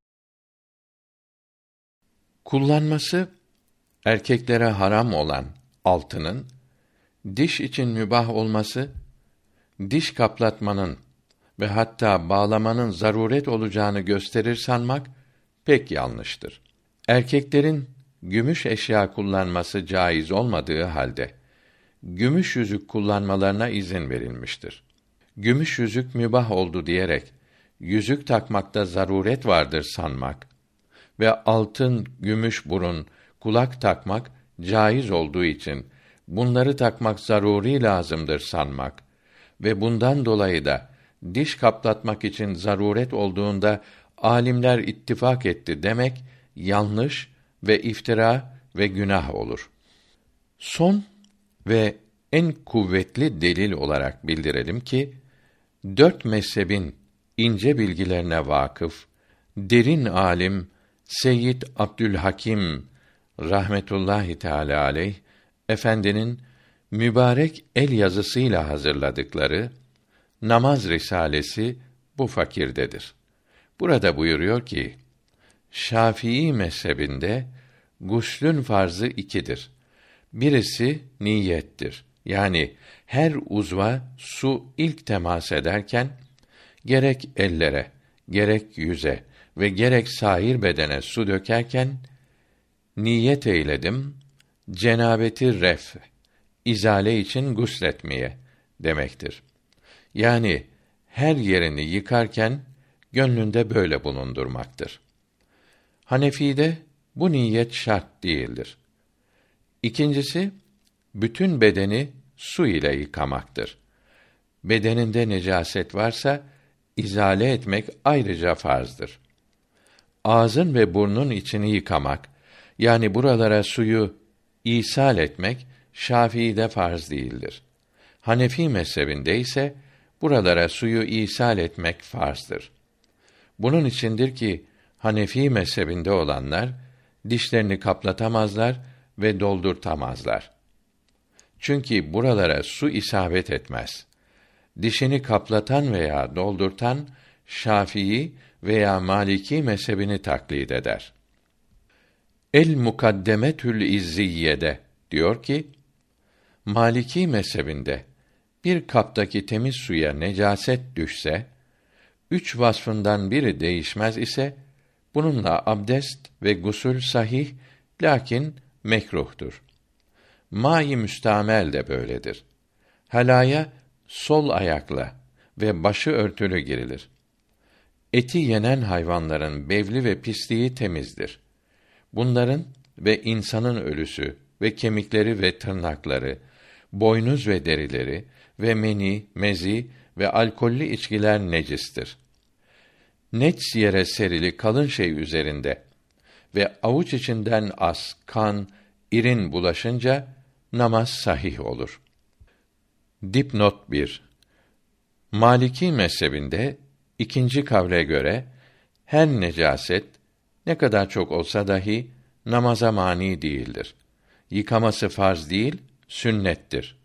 Kullanması erkeklere haram olan altının diş için mübah olması, diş kaplatmanın ve hatta bağlamanın zaruret olacağını gösterir sanmak pek yanlıştır. Erkeklerin gümüş eşya kullanması caiz olmadığı halde gümüş yüzük kullanmalarına izin verilmiştir. Gümüş yüzük mübah oldu diyerek yüzük takmakta zaruret vardır sanmak ve altın, gümüş burun, kulak takmak caiz olduğu için bunları takmak zaruri lazımdır sanmak ve bundan dolayı da diş kaplatmak için zaruret olduğunda alimler ittifak etti demek yanlış ve iftira ve günah olur. Son ve en kuvvetli delil olarak bildirelim ki 4 mezhebin ince bilgilerine vakıf derin alim Seyyid Abdülhakim rahmetullahi teala aleyh efendinin mübarek el yazısıyla hazırladıkları Namaz Risalesi bu fakirdedir. Burada buyuruyor ki Şafii mezhebinde guslün farzı 2'dir. Birisi niyettir. Yani her uzva su ilk temas ederken gerek ellere, gerek yüze ve gerek sair bedene su dökerken niyet eyledim cenabeti ref izale için gusletmeye demektir. Yani her yerini yıkarken gönlünde böyle bulundurmaktır. Hanefi'de bu niyet şart değildir. İkincisi, bütün bedeni su ile yıkamaktır. Bedeninde necaset varsa, izale etmek ayrıca farzdır. Ağzın ve burnun içini yıkamak, yani buralara suyu isal etmek, Şafii'de farz değildir. Hanefi mezhebinde ise buralara suyu isal etmek farzdır. Bunun içindir ki Hanefi mezhebinde olanlar dişlerini kaplatamazlar ve doldurtamazlar. Çünkü buralara su isabet etmez. Dişini kaplatan veya doldurtan Şafii veya Maliki mezhebini taklit eder. El Mukaddemetül İzziye'de diyor ki, Maliki mezhebinde bir kaptaki temiz suya necaset düşse, 3 vasfından biri değişmez ise, bununla abdest ve gusül sahih, lakin mekruhtur. Mâ-i müstamel de böyledir. Halaya sol ayakla ve başı örtülü girilir. Eti yenen hayvanların bevli ve pisliği temizdir. Bunların ve insanın ölüsü ve kemikleri ve tırnakları, boynuz ve derileri ve meni, mezi ve alkollü içkiler necistir. Nec yere serili kalın şey üzerinde ve avuç içinden az, kan, irin bulaşınca namaz sahih olur. Dipnot 1. Maliki mezhebinde ikinci kavle göre her necaset ne kadar çok olsa dahi namaza mani değildir. Yıkaması farz değil, sünnettir.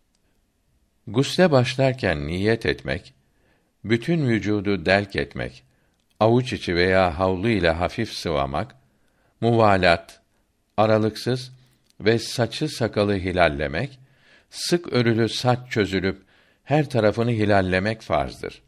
Gusle başlarken niyet etmek, bütün vücudu delk etmek, avuç içi veya havlu ile hafif sıvamak, muvalat, aralıksız ve saçı sakalı hilallemek, sık örülü saç çözülüp her tarafını hilallemek farzdır.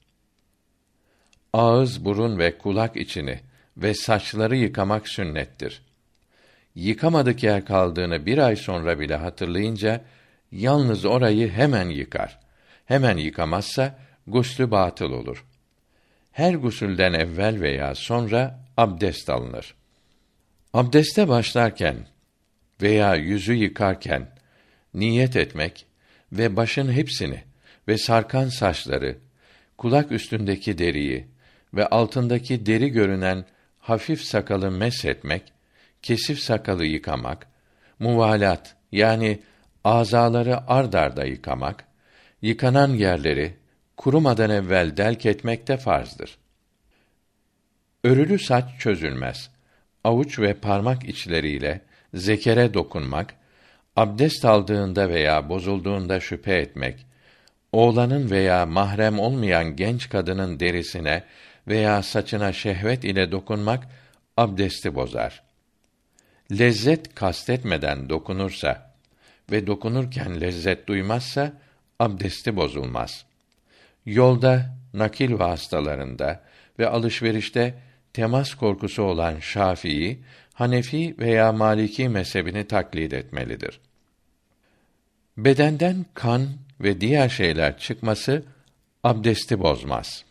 Ağız, burun ve kulak içini ve saçları yıkamak sünnettir. Yıkamadık yer kaldığını 1 ay sonra bile hatırlayınca, yalnız orayı hemen yıkar. Hemen yıkamazsa, guslü batıl olur. Her gusülden evvel veya sonra abdest alınır. Abdeste başlarken veya yüzü yıkarken, niyet etmek ve başın hepsini ve sarkan saçları, kulak üstündeki deriyi ve altındaki deri görünen hafif sakalı meshetmek, kesif sakalı yıkamak, muvalat yani azaları ard arda yıkamak, yıkanan yerleri kurumadan evvel delk etmek de farzdır. Örülü saç çözülmez. Avuç ve parmak içleriyle zekere dokunmak, abdest aldığında veya bozulduğunda şüphe etmek, oğlanın veya mahrem olmayan genç kadının derisine veya saçına şehvet ile dokunmak abdesti bozar. Lezzet kastetmeden dokunursa ve dokunurken lezzet duymazsa abdesti bozulmaz. Yolda, nakil vasıtalarında ve alışverişte temas korkusu olan Şafii, Hanefi veya Maliki mezhebini taklit etmelidir. Bedenden kan ve diğer şeyler çıkması abdesti bozmaz.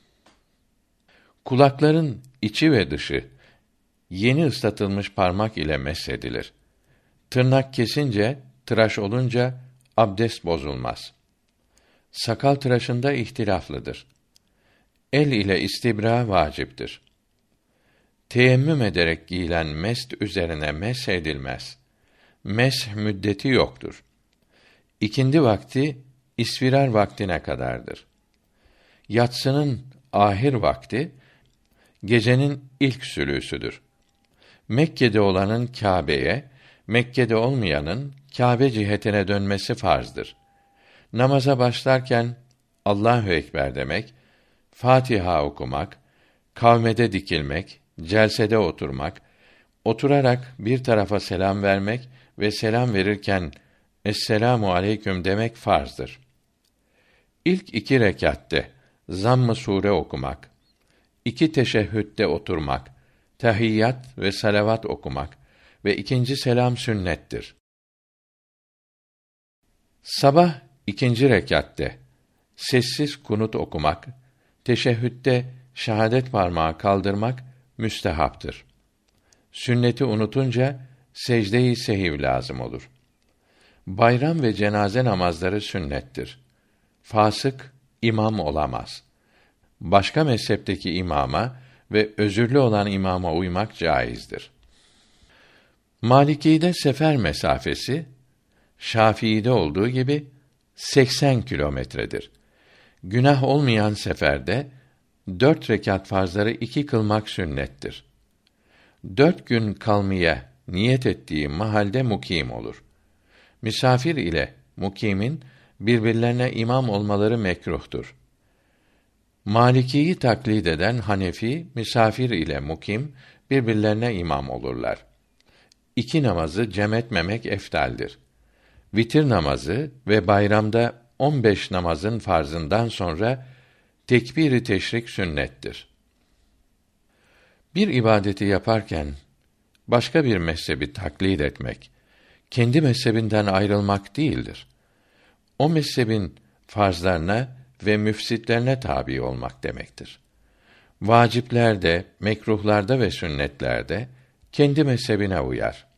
Kulakların içi ve dışı yeni ıslatılmış parmak ile meshedilir. Tırnak kesince, tıraş olunca abdest bozulmaz. Sakal tıraşında ihtilaflıdır. El ile istibra vaciptir. Teyemmüm ederek giyilen mest üzerine mesh edilmez. Mesh müddeti yoktur. İkindi vakti isfirar vaktine kadardır. Yatsının ahir vakti gecenin ilk sülûsüdür. Mekke'de olanın Kâbe'ye, Mekke'de olmayanın Kâbe cihetine dönmesi farzdır. Namaza başlarken Allahu ekber demek, Fatiha okumak, kavmede dikilmek, celsede oturmak, oturarak bir tarafa selam vermek ve selam verirken Esselamu aleyküm demek farzdır. İlk 2 rekatte zamm-ı sure okumak, 2 teşehhütte oturmak, tahiyyat ve salavat okumak ve 2. selam sünnettir. Sabah 2. rekatte sessiz kunut okumak, teşehhütte şahadet parmağı kaldırmak müstehaptır. Sünneti unutunca secde-i sehiv lazım olur. Bayram ve cenaze namazları sünnettir. Fasık imam olamaz. başka mezhepteki imama ve özürlü olan imama uymak caizdir. Maliki'de sefer mesafesi Şafii'de olduğu gibi 80 kilometredir. Günah olmayan seferde 4 rekat farzları 2 kılmak sünnettir. 4 gün kalmaya niyet ettiği mahalde mukim olur. Misafir ile mukimin birbirlerine imam olmaları mekruhtur. Maliki'yi taklit eden Hanefi, misafir ile mukim birbirlerine imam olurlar. 2 namazı cem etmemek eftaldir. Vitir namazı ve bayramda 15 namazın farzından sonra tekbir-i teşrik sünnettir. Bir ibadeti yaparken başka bir mezhebi taklit etmek, kendi mezhebinden ayrılmak değildir. O mezhebin farzlarına ve müfsitlerine tabi olmak demektir. Vaciplerde, mekruhlarda ve sünnetlerde kendi mezhebine uyar.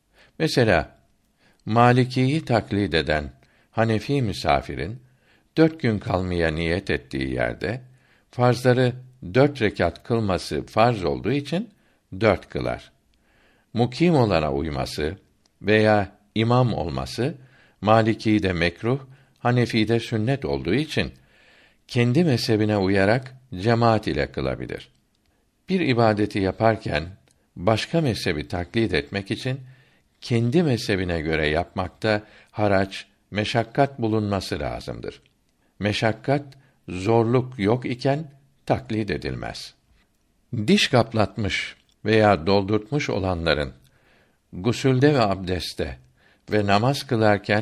Mesela Maliki'yi taklit eden Hanefi misafirin 4 gün kalmaya niyet ettiği yerde farzları 4 rekat kılması farz olduğu için 4 kılar. Mukim olana uyması veya imam olması Maliki'de mekruh, Hanefi'de sünnet olduğu için kendi mezhebine uyarak cemaat ile kılabilir. Bir ibadeti yaparken başka mezhebi taklit etmek için kendi mezhebine göre yapmakta haraç, meşakkat bulunması lazımdır. Meşakkat, zorluk yok iken taklit edilmez. Diş kaplatmış veya doldurtmuş olanların gusülde ve abdestte ve namaz kılarken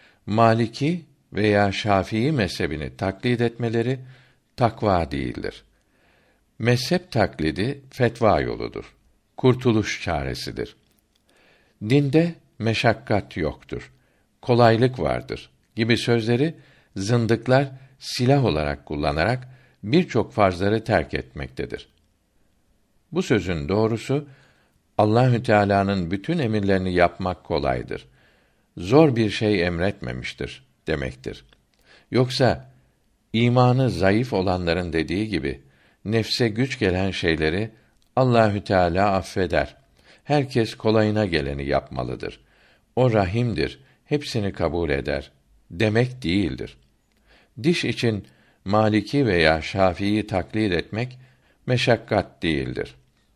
Maliki veya Şafii mezhebini taklit etmeleri takva değildir. Mezhep taklidi fetva yoludur. Kurtuluş çaresidir. Dinde meşakkat yoktur. Kolaylık vardır gibi sözleri zındıklar silah olarak kullanarak birçok farzları terk etmektedir. Bu sözün doğrusu Allahü Teala'nın bütün emirlerini yapmak kolaydır. Zor bir şey emretmemiştir demektir. Yoksa imanı zayıf olanların dediği gibi nefse güç gelen şeyleri Allahü Teala affeder. Herkes kolayına geleni yapmalıdır. O rahimdir, hepsini kabul eder demek değildir. Diş için Maliki veya Şafii'yi taklit etmek meşakkat değildir.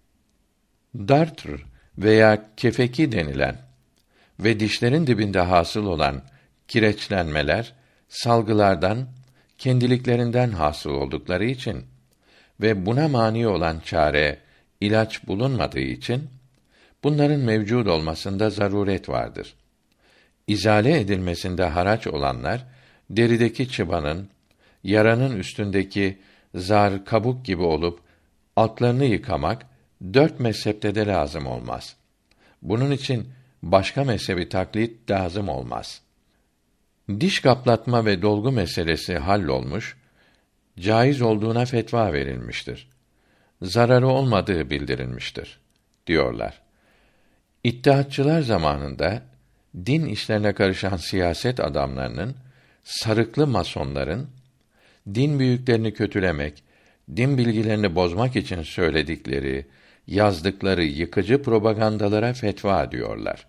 Dartr veya kefeki denilen ve dişlerin dibinde hasıl olan kireçlenmeler salgılardan, kendiliklerinden hasıl oldukları için ve buna mani olan çare, ilaç bulunmadığı için bunların mevcud olmasında zaruret vardır. İzale edilmesinde haraç olanlar, derideki çıbanın, yaranın üstündeki zar, kabuk gibi olup altlarını yıkamak 4 mezhepte de lazım olmaz. Bunun için başka mezhebi taklit lazım olmaz. Diş kaplatma ve dolgu meselesi hallolmuş, caiz olduğuna fetva verilmiştir. Zararı olmadığı bildirilmiştir diyorlar. İttihatçılar zamanında din işlerine karışan siyaset adamlarının, sarıklı masonların din büyüklerini kötülemek, din bilgilerini bozmak için söyledikleri, yazdıkları yıkıcı propagandalara fetva diyorlar.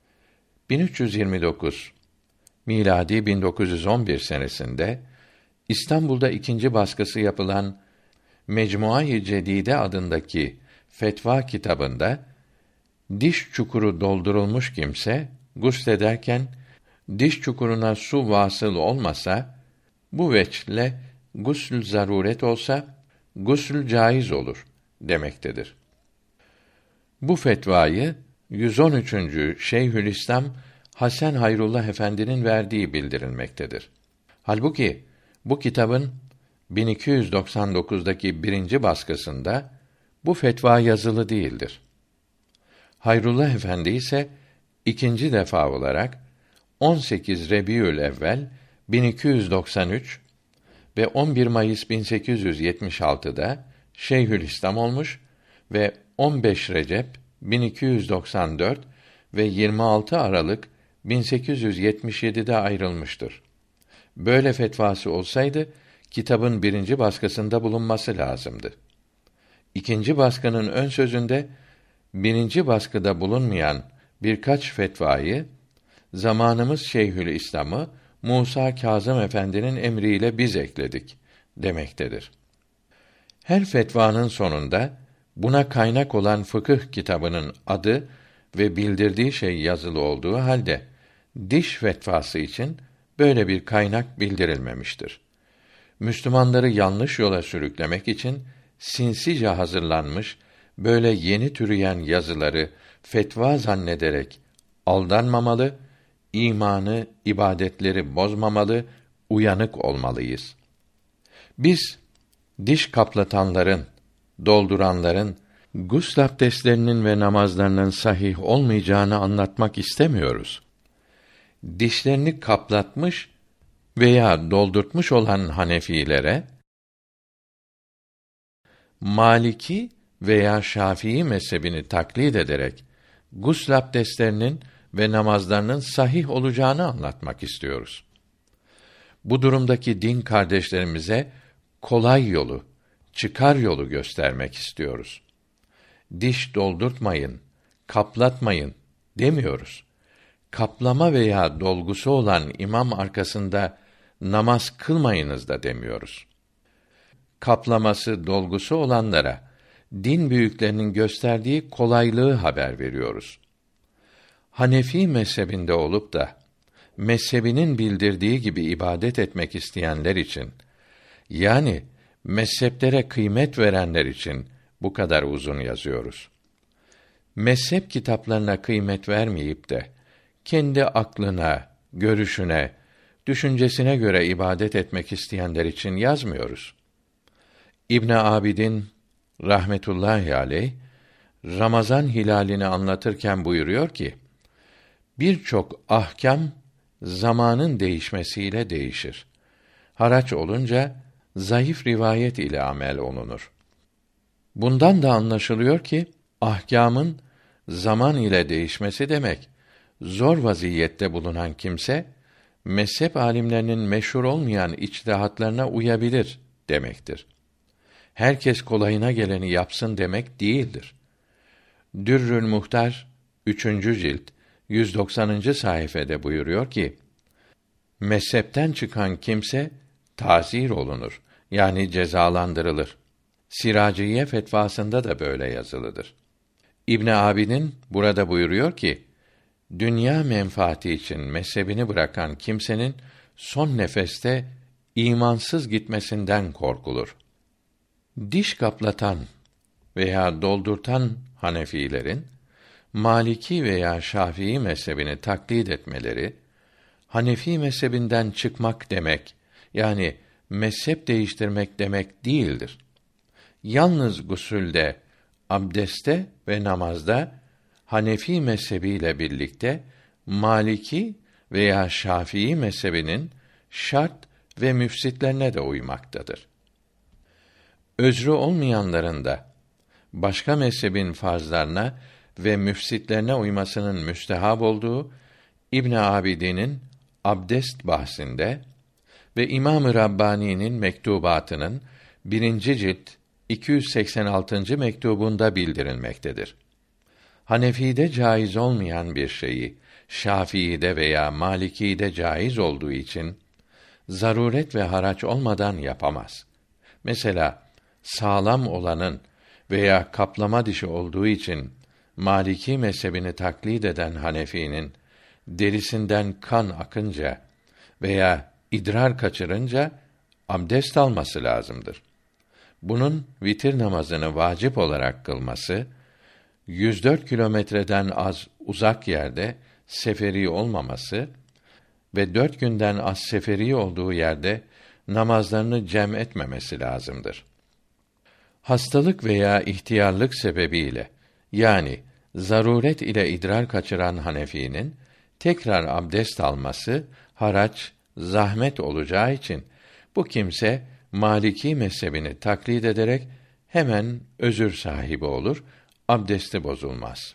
1329 miladi 1911 senesinde İstanbul'da 2. baskısı yapılan Mecmuâ-i Cedîde adındaki fetva kitabında diş çukuru doldurulmuş kimse guslederken diş çukuruna su vasıl olmasa, bu veçle gusül zaruret olsa gusül caiz olur demektedir. Bu fetvayı 113. Şeyhülislam Hasan Hayrullah Efendi'nin verdiği bildirilmektedir. Halbuki bu kitabın 1299'daki 1. baskısında bu fetva yazılı değildir. Hayrullah Efendi ise 2. defa olarak 18 Rebiülevvel 1293 ve 11 Mayıs 1876'da Şeyhülislam olmuş ve 15 Recep 1294 ve 26 Aralık 1877'de ayrılmıştır. Böyle fetvası olsaydı kitabın 1. baskısında bulunması lazımdı. 2. baskının ön sözünde 1. baskıda bulunmayan birkaç fetvayı zamanımız Şeyhülislam'ı Musa Kazım Efendi'nin emriyle biz ekledik demektedir. Her fetvanın sonunda buna kaynak olan fıkıh kitabının adı ve bildirdiği şey yazılı olduğu halde diş fetvası için böyle bir kaynak bildirilmemiştir. Müslümanları yanlış yola sürüklemek için sinsice hazırlanmış böyle yeni türeyen yazıları fetva zannederek aldanmamalı, imanı, ibadetleri bozmamalı, uyanık olmalıyız. Biz diş kaplatanların, dolduranların gusl abdestlerinin ve namazlarının sahih olmayacağını anlatmak istemiyoruz. Dişlerini kaplatmış veya doldurtmuş olan Hanefilere Maliki veya Şafii mezhebini taklit ederek gusl abdestlerinin ve namazlarının sahih olacağını anlatmak istiyoruz. Bu durumdaki din kardeşlerimize kolay yolu, çıkar yolu göstermek istiyoruz. Diş doldurtmayın, kaplatmayın demiyoruz. Kaplama veya dolgusu olan imam arkasında namaz kılmayınız da demiyoruz. Kaplaması, dolgusu olanlara din büyüklerinin gösterdiği kolaylığı haber veriyoruz. Hanefi mezhebinde olup da mezhebinin bildirdiği gibi ibadet etmek isteyenler için, yani mezheplere kıymet verenler için bu kadar uzun yazıyoruz. Mezhep kitaplarına kıymet vermeyip de kendi aklına, görüşüne, düşüncesine göre ibadet etmek isteyenler için yazmıyoruz. İbn Abidin rahmetullahi aleyh Ramazan hilalini anlatırken buyuruyor ki: birçok ahkâm zamanın değişmesiyle değişir. Haraç olunca zayıf rivayet ile amel olunur. Bundan da anlaşılıyor ki ahkâmın zaman ile değişmesi demek, zor vaziyette bulunan kimse mezhep âlimlerinin meşhur olmayan içtihatlarına uyabilir demektir. Herkes kolayına geleni yapsın demek değildir. Dürrül Muhtar 3. cilt 190. sayfede buyuruyor ki: mezhepten çıkan kimse tazir olunur, yani cezalandırılır. Siraciye fetvasında da böyle yazılıdır. İbn Abidin burada buyuruyor ki: dünya menfaati için mezhebini bırakan kimsenin son nefeste imansız gitmesinden korkulur. Diş kaplatan veya doldurtan Hanefilerin Maliki veya Şafii mezhebini taklit etmeleri, Hanefi mezhebinden çıkmak demek, yani mezhep değiştirmek demek değildir. Yalnız gusülde, abdeste ve namazda Hanefi mezhebiyle birlikte Maliki veya Şafii mezhebinin şart ve müfsitlerine de uymaktadır. Özrü olmayanların da başka mezhebin farzlarına ve müfsitlerine uymasının müstehab olduğu İbn Abidin'in abdest bahsinde ve İmam-ı Rabbani'nin mektubatının 1. cilt 286. mektubunda bildirilmektedir. Hanefi'de caiz olmayan bir şeyi Şafii'de veya Maliki'de caiz olduğu için zaruret ve haraç olmadan yapamaz. Mesela sağlam olanın veya kaplama dişi olduğu için Maliki mezhebini taklit eden Hanefi'nin derisinden kan akınca veya idrar kaçırınca abdest alması lazımdır. Bunun vitir namazını vacip olarak kılması, 104 kilometreden az uzak yerde seferi olmaması ve 4 günden az seferi olduğu yerde namazlarını cem etmemesi lazımdır. Hastalık veya ihtiyarlık sebebiyle, yani zaruret ile idrar kaçıran Hanefi'nin tekrar abdest alması haraç, zahmet olacağı için bu kimse Maliki mezhebini taklit ederek hemen özür sahibi olur, abdesti bozulmaz.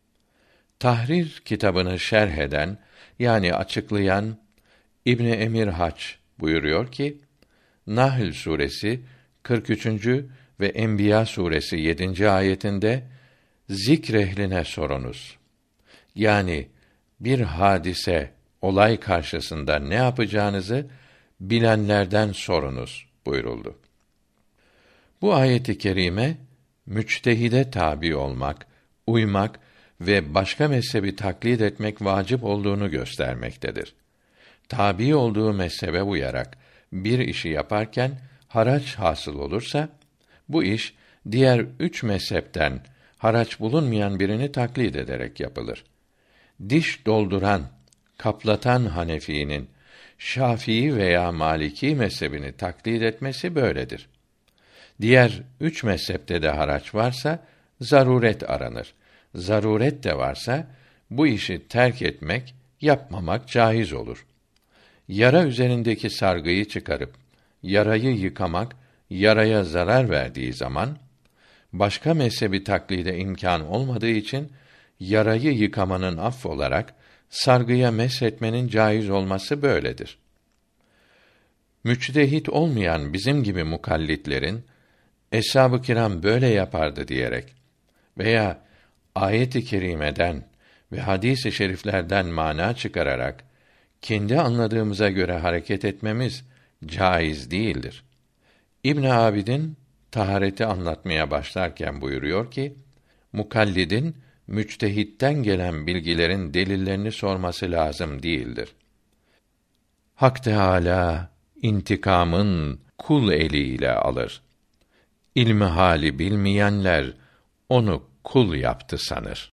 Tahrir kitabını şerh eden, yani açıklayan İbn Emir Haç buyuruyor ki: Nahl suresi 43. ve Enbiya suresi 7. ayetinde zikrehline sorunuz. Yani bir hadise, olay karşısında ne yapacağınızı bilenlerden sorunuz buyuruldu. Bu ayet-i kerime müçtehide tabi olmak, uymak ve başka mezhebi taklit etmek vacip olduğunu göstermektedir. Tabi olduğu mezhebe uyarak bir işi yaparken haraç hasıl olursa, bu iş diğer 3 mezhepten haraç bulunmayan birini taklit ederek yapılır. Diş dolduran, kaplatan Hanefi'nin Şafii veya Maliki mezhebini taklit etmesi böyledir. Diğer 3 mezhepte de haraç varsa zaruret aranır. Zaruret de varsa bu işi terk etmek, yapmamak caiz olur. Yara üzerindeki sargıyı çıkarıp yarayı yıkamak yaraya zarar verdiği zaman başka mezhebi taklide imkan olmadığı için yarayı yıkamanın affolarak sargıya meshetmenin caiz olması böyledir. Müçtehit olmayan bizim gibi mukallitlerin Eshab-ı kiram böyle yapardı diyerek veya ayet-i kerimeden ve hadis-i şeriflerden mana çıkararak kendi anladığımıza göre hareket etmemiz caiz değildir. İbn Abidin tahareti anlatmaya başlarken buyuruyor ki, mukallidin müçtehitten gelen bilgilerin delillerini sorması lazım değildir. Hak Teâlâ intikamın kul eliyle alır. İlmi hali bilmeyenler onu kul yaptı sanır.